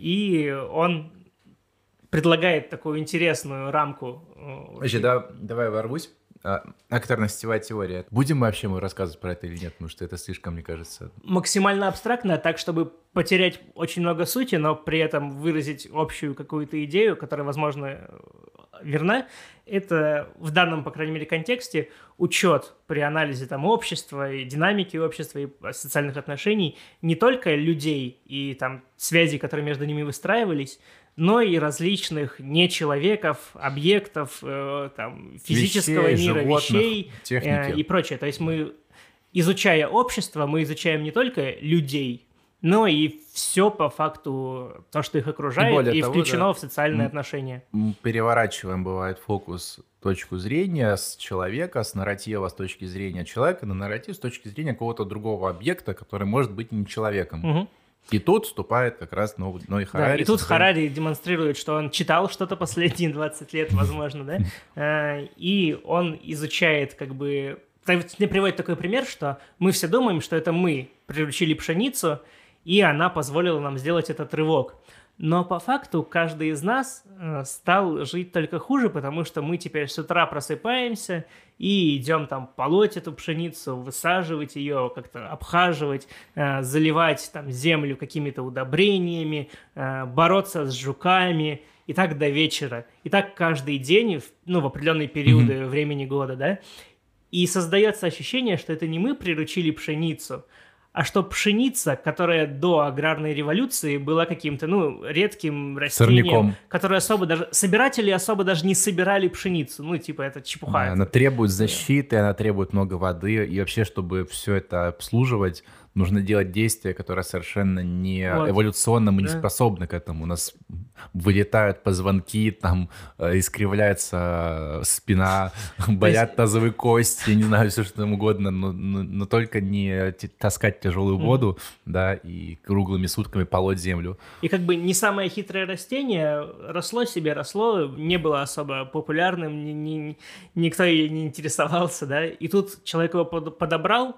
и он предлагает такую интересную рамку. Значит, да, давай ворвусь. А, акторно-сетевая теория. Будем мы вообще мы рассказывать про это или нет? Потому что это слишком, мне кажется... Максимально абстрактно, так, чтобы потерять очень много сути, но при этом выразить общую какую-то идею, которая, возможно, верна. Это в данном, по крайней мере, контексте учет при анализе там, общества и динамики общества и социальных отношений не только людей и там, связей, которые между ними выстраивались, но и различных нечеловеков, объектов, э, там, физического вещей, мира, животных, вещей э, и прочее. То есть мы, изучая общество, мы изучаем не только людей, но и все по факту, то, что их окружает, и, и того, включено да, в социальные отношения. Переворачиваем, бывает, фокус, точку зрения с человека, с нарратива с точки зрения человека на нарратив с точки зрения какого-то другого объекта, который может быть не человеком. Угу. И тут вступает как раз Ной Харари. Да, и тут Харари демонстрирует, что он читал что-то последние двадцать лет, возможно, да, и он изучает как бы... Мне приводит такой пример, что мы все думаем, что это мы приручили пшеницу, и она позволила нам сделать этот рывок. Но по факту каждый из нас стал жить только хуже, потому что мы теперь с утра просыпаемся и идем там полоть эту пшеницу, высаживать ее, как-то обхаживать, заливать там землю какими-то удобрениями, бороться с жуками и так до вечера. И так каждый день, ну, в определенные периоды mm-hmm. времени года, да. И создается ощущение, что это не мы приручили пшеницу, а что пшеница, которая до аграрной революции была каким-то, ну, редким растением, сорняком, которое особо даже... Собиратели особо даже не собирали пшеницу. Ну, типа, это чепуха. Да, она требует защиты, она требует много воды. И вообще, чтобы все это обслуживать, нужно делать действия, которые совершенно не Вот. эволюционно мы не Да. способны к этому. У нас вылетают позвонки, там э, искривляется спина, болят тазовые кости, не знаю, все что там угодно, но, но, но только не т- таскать тяжелую Мгм. воду, да, и круглыми сутками полоть землю. И как бы не самое хитрое растение, росло себе, росло, не было особо популярным, ни- ни- никто ей не интересовался, да, и тут человек его под- подобрал,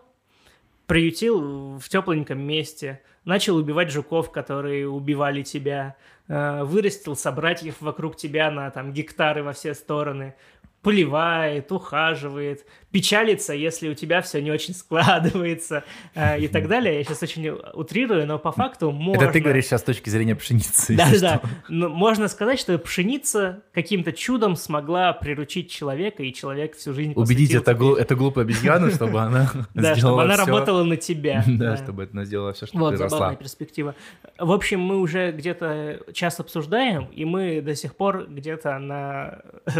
приютил в тепленьком месте, начал убивать жуков, которые убивали тебя, э, вырастил собратьев вокруг тебя на там гектары во все стороны, поливает, ухаживает, печалится, если у тебя все не очень складывается, э, и так далее. Я сейчас очень утрирую, но по факту можно... Это ты говоришь сейчас с точки зрения пшеницы. Да, если да, что. но можно сказать, что пшеница каким-то чудом смогла приручить человека, и человек всю жизнь Убедить посвятил это теперь- глу- эту глупую обезьяну, чтобы она Да, чтобы сделала она всё. работала на тебя. Да, чтобы она сделала все, что Вот, ты забавная росла. перспектива. В общем, мы уже где-то час обсуждаем, и мы до сих пор где-то на...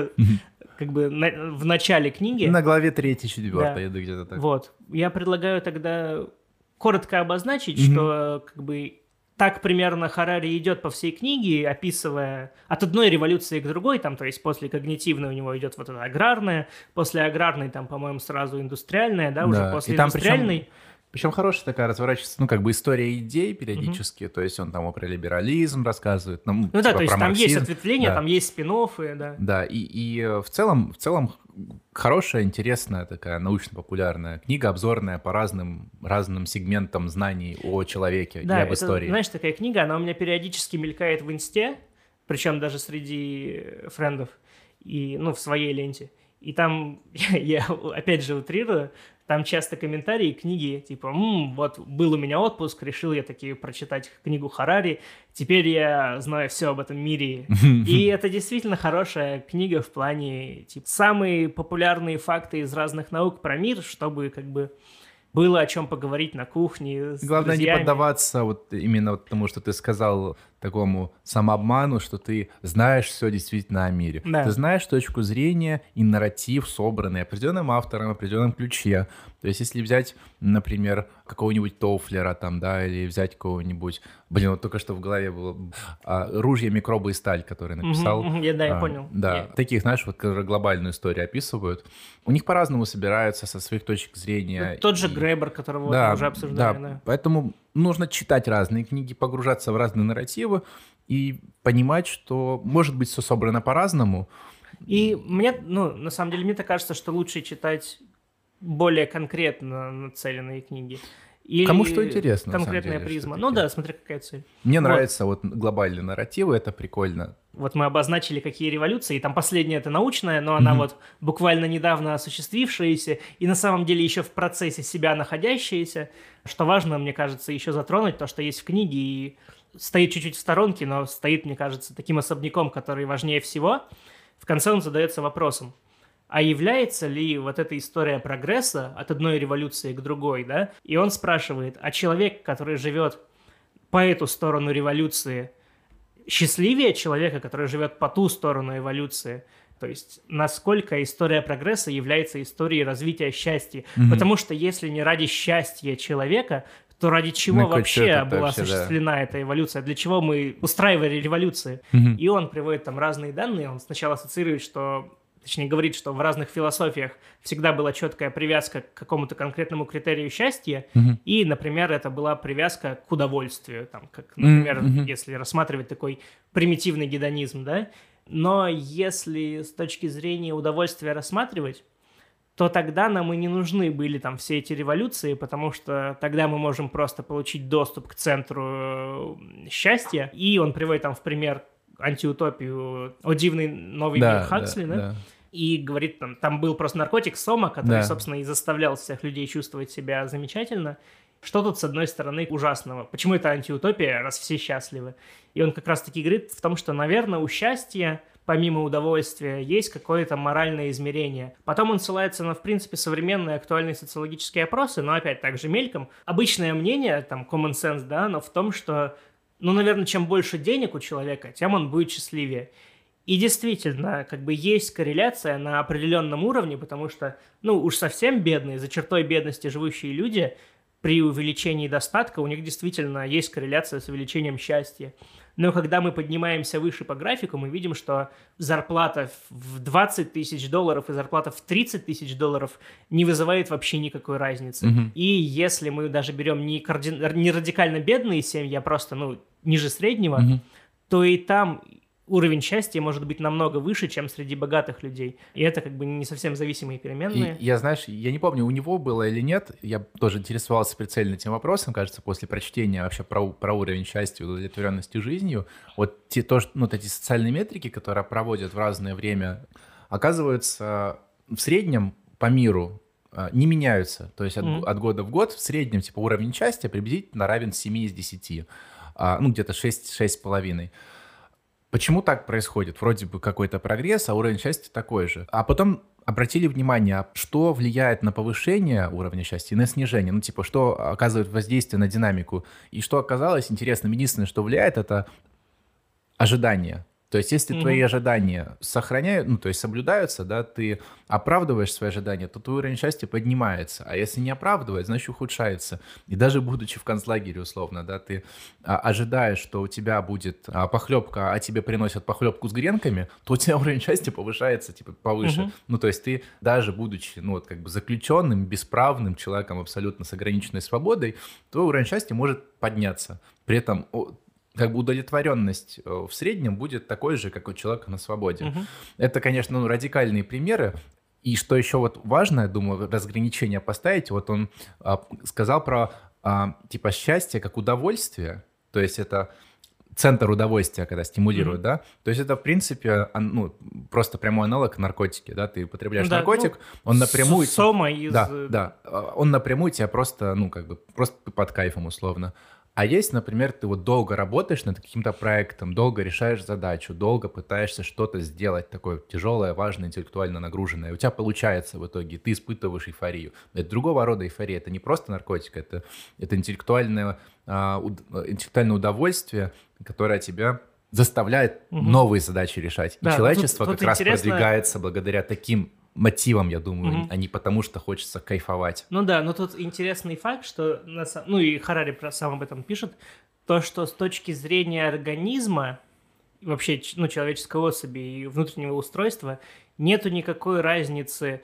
как бы на- в начале книги. На главе третьей, четвертой, Да. еду где-то так. Вот. Я предлагаю тогда коротко обозначить, Мгм. что как бы так примерно Харари идет по всей книге, описывая от одной революции к другой, там, то есть после когнитивной у него идет вот эта аграрная, после аграрной там, по-моему, сразу индустриальная, да, уже Да, после и там индустриальной. Причем хорошая такая разворачивается, ну, как бы история идей периодически, то есть он там про либерализм рассказывает. Ну, Ну да, типа то есть про там есть марксизм. ответвления, Да. там есть спин-оффы, да. Да, и, и э, в целом, в целом хорошая, интересная такая научно-популярная книга, обзорная по разным, разным сегментам знаний о человеке Да, и об это, истории. знаешь, такая книга, она у меня периодически мелькает в инсте, причем даже среди френдов, и, ну, в своей ленте. И там, я опять же утрирую, там часто комментарии, книги, типа, «М, вот был у меня отпуск, решил я таки прочитать книгу Харари, теперь я знаю все об этом мире». И это действительно хорошая книга в плане, типа, самые популярные факты из разных наук про мир, чтобы, как бы, было о чем поговорить на кухне с Главное друзьями. не поддаваться вот именно вот тому, что ты сказал, такому самообману, что ты знаешь все действительно о мире. Да. Ты знаешь точку зрения и нарратив, собранный определенным автором, в определенном ключе. То есть если взять, например, какого-нибудь Тофлера там, да, или взять какого-нибудь... Блин, вот только что в голове было а, «Ружья, микробы и сталь», который написал. Мгм, мгм, я- да, я А, понял. Да, Я- таких, знаешь, вот, которые глобальную историю описывают. У них по-разному собираются со своих точек зрения. Тот же и- Гребер, которого вот да, мы уже обсуждали. да, Да. поэтому нужно читать разные книги, погружаться в разные нарративы и понимать, что может быть все собрано по-разному. И мне, ну, на самом деле, мне так кажется, что лучше читать более конкретно нацеленные книги. Или Кому что интересно, на самом конкретная деле, призма. что Ну такие. да, смотря какая цель. Мне Вот. нравятся вот глобальные нарративы, это прикольно. Вот мы обозначили, какие революции. Там последняя это научная, но она Мгм. вот буквально недавно осуществившаяся и на самом деле еще в процессе себя находящаяся. Что важно, мне кажется, еще затронуть то, что есть в книге и стоит чуть-чуть в сторонке, но стоит, мне кажется, таким особняком, который важнее всего. В конце он задается вопросом: а является ли вот эта история прогресса от одной революции к другой, да? И он спрашивает, а человек, который живет по эту сторону революции, счастливее человека, который живет по ту сторону эволюции? То есть, насколько история прогресса является историей развития счастья? Мгм. Потому что если не ради счастья человека, то ради чего На кой вообще чёрт это была вообще, да. осуществлена эта эволюция? Для чего мы устраивали революции? Мгм. И он приводит там разные данные. Он сначала ассоциирует, что, точнее, говорит, что в разных философиях всегда была четкая привязка к какому-то конкретному критерию счастья. Мгм. И, например, это была привязка к удовольствию. Там, как, Мгм, например, мгм. если рассматривать такой примитивный гедонизм, да. Но если с точки зрения удовольствия рассматривать, то тогда нам и не нужны были там все эти революции, потому что тогда мы можем просто получить доступ к центру э, счастья. И он приводит там в пример антиутопию «О дивный новый Да, мир» Хаксли, да? да. И говорит, там, там был просто наркотик сома, который, Да. собственно, и заставлял всех людей чувствовать себя замечательно. Что тут, с одной стороны, ужасного? Почему это антиутопия, раз все счастливы? И он как раз-таки говорит в том, что, наверное, у счастья, помимо удовольствия, есть какое-то моральное измерение. Потом он ссылается на, в принципе, современные актуальные социологические опросы, но опять так же мельком. Обычное мнение, там, common sense, да, но в том, что, ну, наверное, чем больше денег у человека, тем он будет счастливее. И действительно, как бы есть корреляция на определенном уровне, потому что, ну, уж совсем бедные, за чертой бедности живущие люди при увеличении достатка у них действительно есть корреляция с увеличением счастья. Но когда мы поднимаемся выше по графику, мы видим, что зарплата в двадцать тысяч долларов и зарплата в тридцать тысяч долларов не вызывает вообще никакой разницы. Mm-hmm. И если мы даже берем не, карди... не радикально бедные семьи, а просто ну, ниже среднего, mm-hmm. то и там уровень счастья может быть намного выше, чем среди богатых людей. И это как бы не совсем зависимые переменные. И, я, знаешь, я не помню, у него было или нет, я тоже интересовался прицельно этим вопросом, кажется, после прочтения вообще про, про уровень счастья и удовлетворенности жизнью. Вот те, то, что, ну, вот эти социальные метрики, которые проводят в разное время, оказывается, в среднем по миру не меняются. То есть от, mm-hmm. от года в год в среднем типа уровень счастья приблизительно равен семь из десяти. Ну, где-то шесть, шесть с половиной. Почему так происходит? Вроде бы какой-то прогресс, а уровень счастья такой же. А потом обратили внимание, что влияет на повышение уровня счастья и на снижение. Ну, типа, что оказывает воздействие на динамику. И что оказалось интересным, единственное, что влияет, это ожидание. То есть, если mm-hmm. твои ожидания сохраняют, ну, то есть соблюдаются, да, ты оправдываешь свои ожидания, то твой уровень счастья поднимается. А если не оправдывает, значит, ухудшается. И даже будучи в концлагере, условно, да, ты а, ожидаешь, что у тебя будет а, похлебка, а тебе приносят похлебку с гренками, то у тебя уровень счастья повышается, типа, повыше. Mm-hmm. Ну, то есть ты даже будучи, ну, вот, как бы заключенным, бесправным человеком абсолютно с ограниченной свободой, твой уровень счастья может подняться. При этом как бы удовлетворенность в среднем будет такой же, как у человека на свободе. Uh-huh. Это, конечно, ну, радикальные примеры. И что еще вот важно, я думаю, разграничение поставить, вот он а, сказал про а, типа счастье как удовольствие, то есть это центр удовольствия, когда стимулируют, mm-hmm. да, то есть это, в принципе, ну, просто прямой аналог наркотики, да, ты употребляешь да, наркотик, ну, он напрямую... Сома из... Да, да, он напрямую тебя просто, ну, как бы, просто под кайфом, условно. А есть, например, ты вот долго работаешь над каким-то проектом, долго решаешь задачу, долго пытаешься что-то сделать такое тяжелое, важное, интеллектуально нагруженное, и у тебя получается в итоге, ты испытываешь эйфорию. Это другого рода эйфория, это не просто наркотик, это, это интеллектуальное, а, уд, интеллектуальное удовольствие, которое тебя заставляет угу. новые задачи решать. Да, и человечество тут, тут как интересно... раз продвигается благодаря таким мотивом, я думаю, угу. а не потому, что хочется кайфовать. Ну да, но тут интересный факт, что, ну и Харари сам об этом пишет, то, что с точки зрения организма, вообще ну, человеческой особи и внутреннего устройства, нету никакой разницы,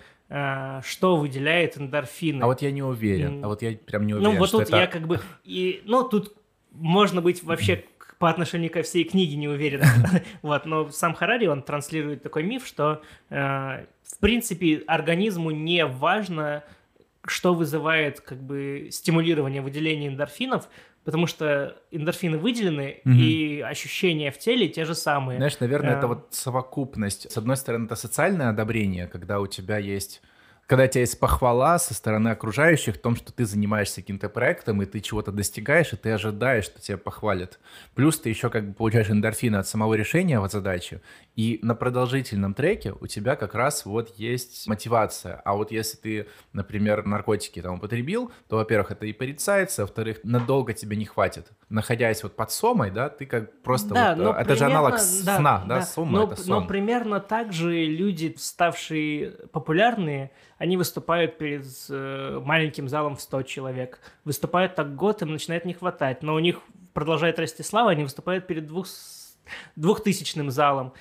что выделяет эндорфины. А вот я не уверен, а вот я прям не уверен, Ну вот что тут это... я как бы, и, ну тут можно быть вообще... по отношению ко всей книге не уверен. Вот, но сам Харари, он транслирует такой миф, что, э, в принципе, организму не важно, что вызывает как бы стимулирование выделения эндорфинов, потому что эндорфины выделены, mm-hmm. и ощущения в теле те же самые. Знаешь, наверное, это вот совокупность. С одной стороны, это социальное одобрение, когда у тебя есть... Когда у тебя есть похвала со стороны окружающих в том, что ты занимаешься каким-то проектом, и ты чего-то достигаешь, и ты ожидаешь, что тебя похвалят. Плюс ты еще как бы получаешь эндорфины от самого решения вот задачи, и на продолжительном треке у тебя как раз вот есть мотивация. А вот если ты, например, наркотики там употребил, то, во-первых, это и порицается, во-вторых, надолго тебе не хватит. Находясь вот под сомой, да, ты как просто да, вот... Это примерно, же аналог да, сна, да, да. сома но, это сон. Но примерно так же люди, ставшие популярные, они выступают перед э, маленьким залом в сто человек. Выступают так год, им начинает не хватать. Но у них продолжает расти слава, они выступают перед двух, двухтысячным залом.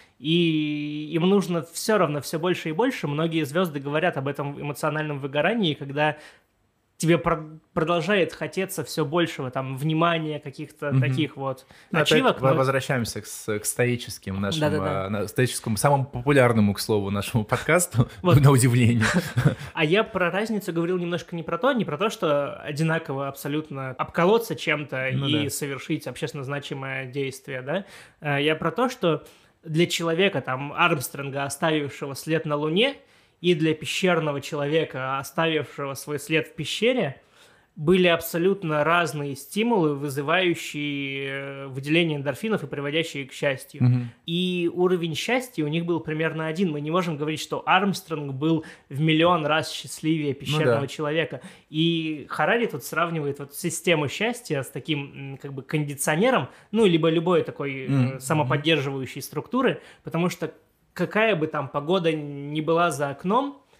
И им нужно все равно все больше и больше. Многие звезды говорят об этом эмоциональном выгорании, когда тебе про- продолжает хотеться все большего, там, внимания, каких-то mm-hmm. таких вот ачивок. Но... Возвращаемся к, к стоическим нашим, а, стоическому, самому популярному, к слову, нашему подкасту, вот. На удивление. А я про разницу говорил немножко не про то, не про то, что одинаково абсолютно обколоться чем-то ну, и да. совершить общественно значимое действие, да? Я про то, что для человека, там, Армстронга, оставившего след на Луне, и для пещерного человека, оставившего свой след в пещере, были абсолютно разные стимулы, вызывающие выделение эндорфинов и приводящие к счастью. Mm-hmm. И уровень счастья у них был примерно один. Мы не можем говорить, что Армстронг был в миллион раз счастливее пещерного ну, да. человека. И Харари тут сравнивает вот систему счастья с таким как бы кондиционером, ну, либо любой такой mm-hmm. самоподдерживающей структуры, потому что какая бы там погода ни была за окном,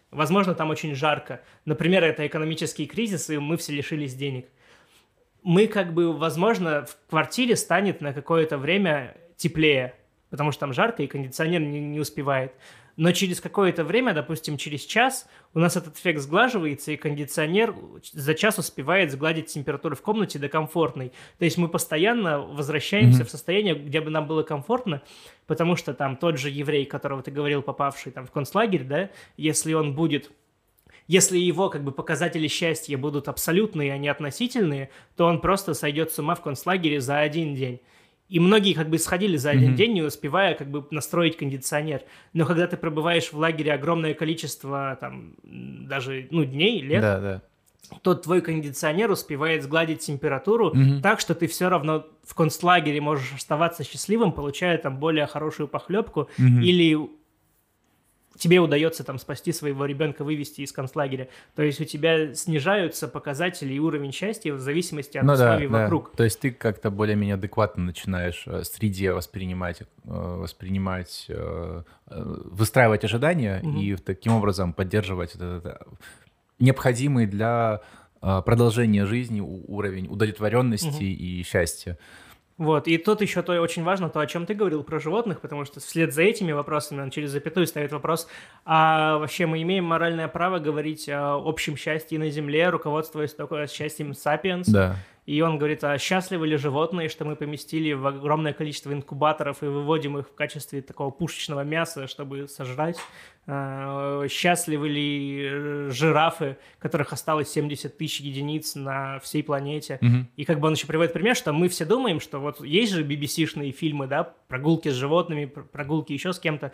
Возможно, там очень жарко. Например, это экономический кризис, и мы все лишились денег. Мы как бы, возможно, в квартире станет на какое-то время теплее, потому что там жарко, и кондиционер не, не успевает. Но через какое-то время, допустим, через час, у нас этот эффект сглаживается, и кондиционер за час успевает сгладить температуру в комнате до комфортной. То есть мы постоянно возвращаемся mm-hmm. в состояние, где бы нам было комфортно, потому что там тот же еврей, которого ты говорил, попавший там в концлагерь, да, если он будет... Если его как бы показатели счастья будут абсолютные, а не относительные, то он просто сойдет с ума в концлагере за один день. И многие как бы сходили за один mm-hmm. день, не успевая как бы настроить кондиционер. Но когда ты пробываешь в лагере огромное количество там даже ну, дней, лет, да, да. то твой кондиционер успевает сгладить температуру mm-hmm. так, что ты все равно в концлагере можешь оставаться счастливым, получая там более хорошую похлебку mm-hmm. или... тебе удается там спасти своего ребенка, вывести из концлагеря. То есть у тебя снижаются показатели и уровень счастья в зависимости от ну условий да, вокруг. Да. То есть ты как-то более-менее адекватно начинаешь в среде воспринимать, воспринимать выстраивать ожидания mm-hmm. и таким образом поддерживать этот необходимый для продолжения жизни уровень удовлетворенности mm-hmm. и счастья. Вот, и тут еще то очень важно, то, о чем ты говорил про животных, потому что вслед за этими вопросами он через запятую ставит вопрос, а вообще мы имеем моральное право говорить о общем счастье на Земле, руководствуясь только счастьем сапиенс. Да. И он говорит, а счастливы ли животные, что мы поместили в огромное количество инкубаторов и выводим их в качестве такого пушечного мяса, чтобы сожрать? Счастливы ли жирафы, которых осталось семьдесят тысяч единиц на всей планете? Mm-hmm. И как бы он еще приводит пример, что мы все думаем, что вот есть же би би си-шные фильмы, да, прогулки с животными, прогулки еще с кем-то,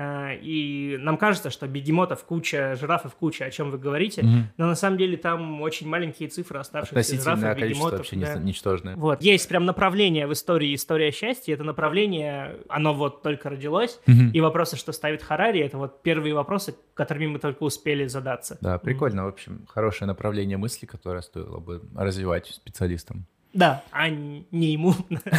и нам кажется, что бегемотов куча, жирафов куча, о чем вы говорите, mm-hmm. но на самом деле там очень маленькие цифры оставшихся жирафов, бегемотов. Вообще да. ничтожное. Вот. Есть прям направление в истории «История счастья». Это направление, оно вот только родилось. Mm-hmm. И вопросы, что ставит Харари, это вот первые вопросы, которыми мы только успели задаться. Да, прикольно. Mm-hmm. В общем, хорошее направление мысли, которое стоило бы развивать специалистам. Да, а не ему.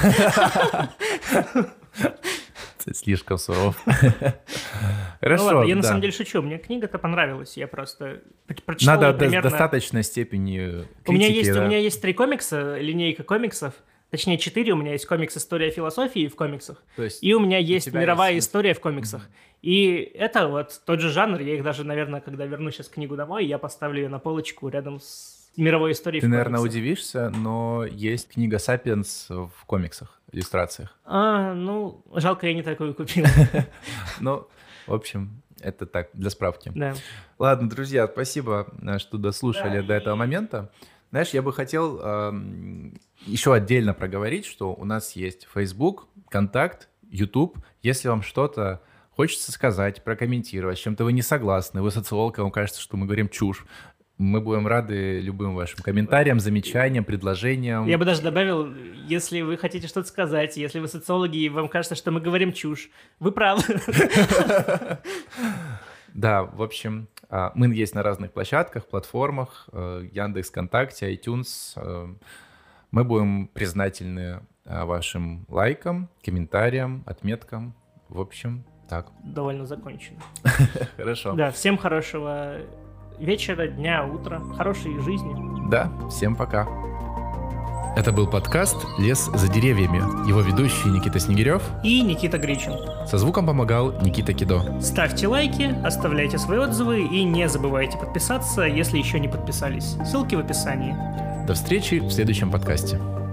Слишком суров. Хорошо, ну, ладно, я да. на самом деле шучу. Мне книга-то понравилась. Я просто прочитал Надо примерно... до достаточной степени критики. У меня есть, да? у меня есть три комикса, линейка комиксов. Точнее, четыре. У меня есть комикс «История философии» в комиксах. То есть и у меня есть у «Мировая есть... история» в комиксах. Mm-hmm. И это вот тот же жанр. Я их даже, наверное, когда верну сейчас книгу домой, я поставлю ее на полочку рядом с «Мировой историей» Ты, в комиксах. Ты, наверное, удивишься, но есть книга «Сапиенс» в комиксах, иллюстрациях. А, ну, жалко, я не такую купил. Ну, в общем... Это так, для справки. Да. Ладно, друзья, спасибо, что дослушали да. до этого момента. Знаешь, я бы хотел э, еще отдельно проговорить, что у нас есть Facebook, Контакт, YouTube. Если вам что-то хочется сказать, прокомментировать, с чем-то вы не согласны, вы социолог, вам кажется, что мы говорим чушь, мы будем рады любым вашим комментариям, замечаниям, предложениям. Я бы даже добавил, если вы хотите что-то сказать, если вы социологи, и вам кажется, что мы говорим чушь, вы правы. Да, в общем, мы есть на разных площадках, платформах, Яндекс, ВКонтакте, iTunes. Мы будем признательны вашим лайкам, комментариям, отметкам. В общем, так. Довольно закончено. Хорошо. Да, всем хорошего вечера, дня, утра, хорошей жизни. Да, всем пока. Это был подкаст «Лес за деревьями». Его ведущие Никита Снегирев и Никита Гричин. Со звуком помогал Никита Кидо. Ставьте лайки, оставляйте свои отзывы и не забывайте подписаться, если еще не подписались. Ссылки в описании. До встречи в следующем подкасте.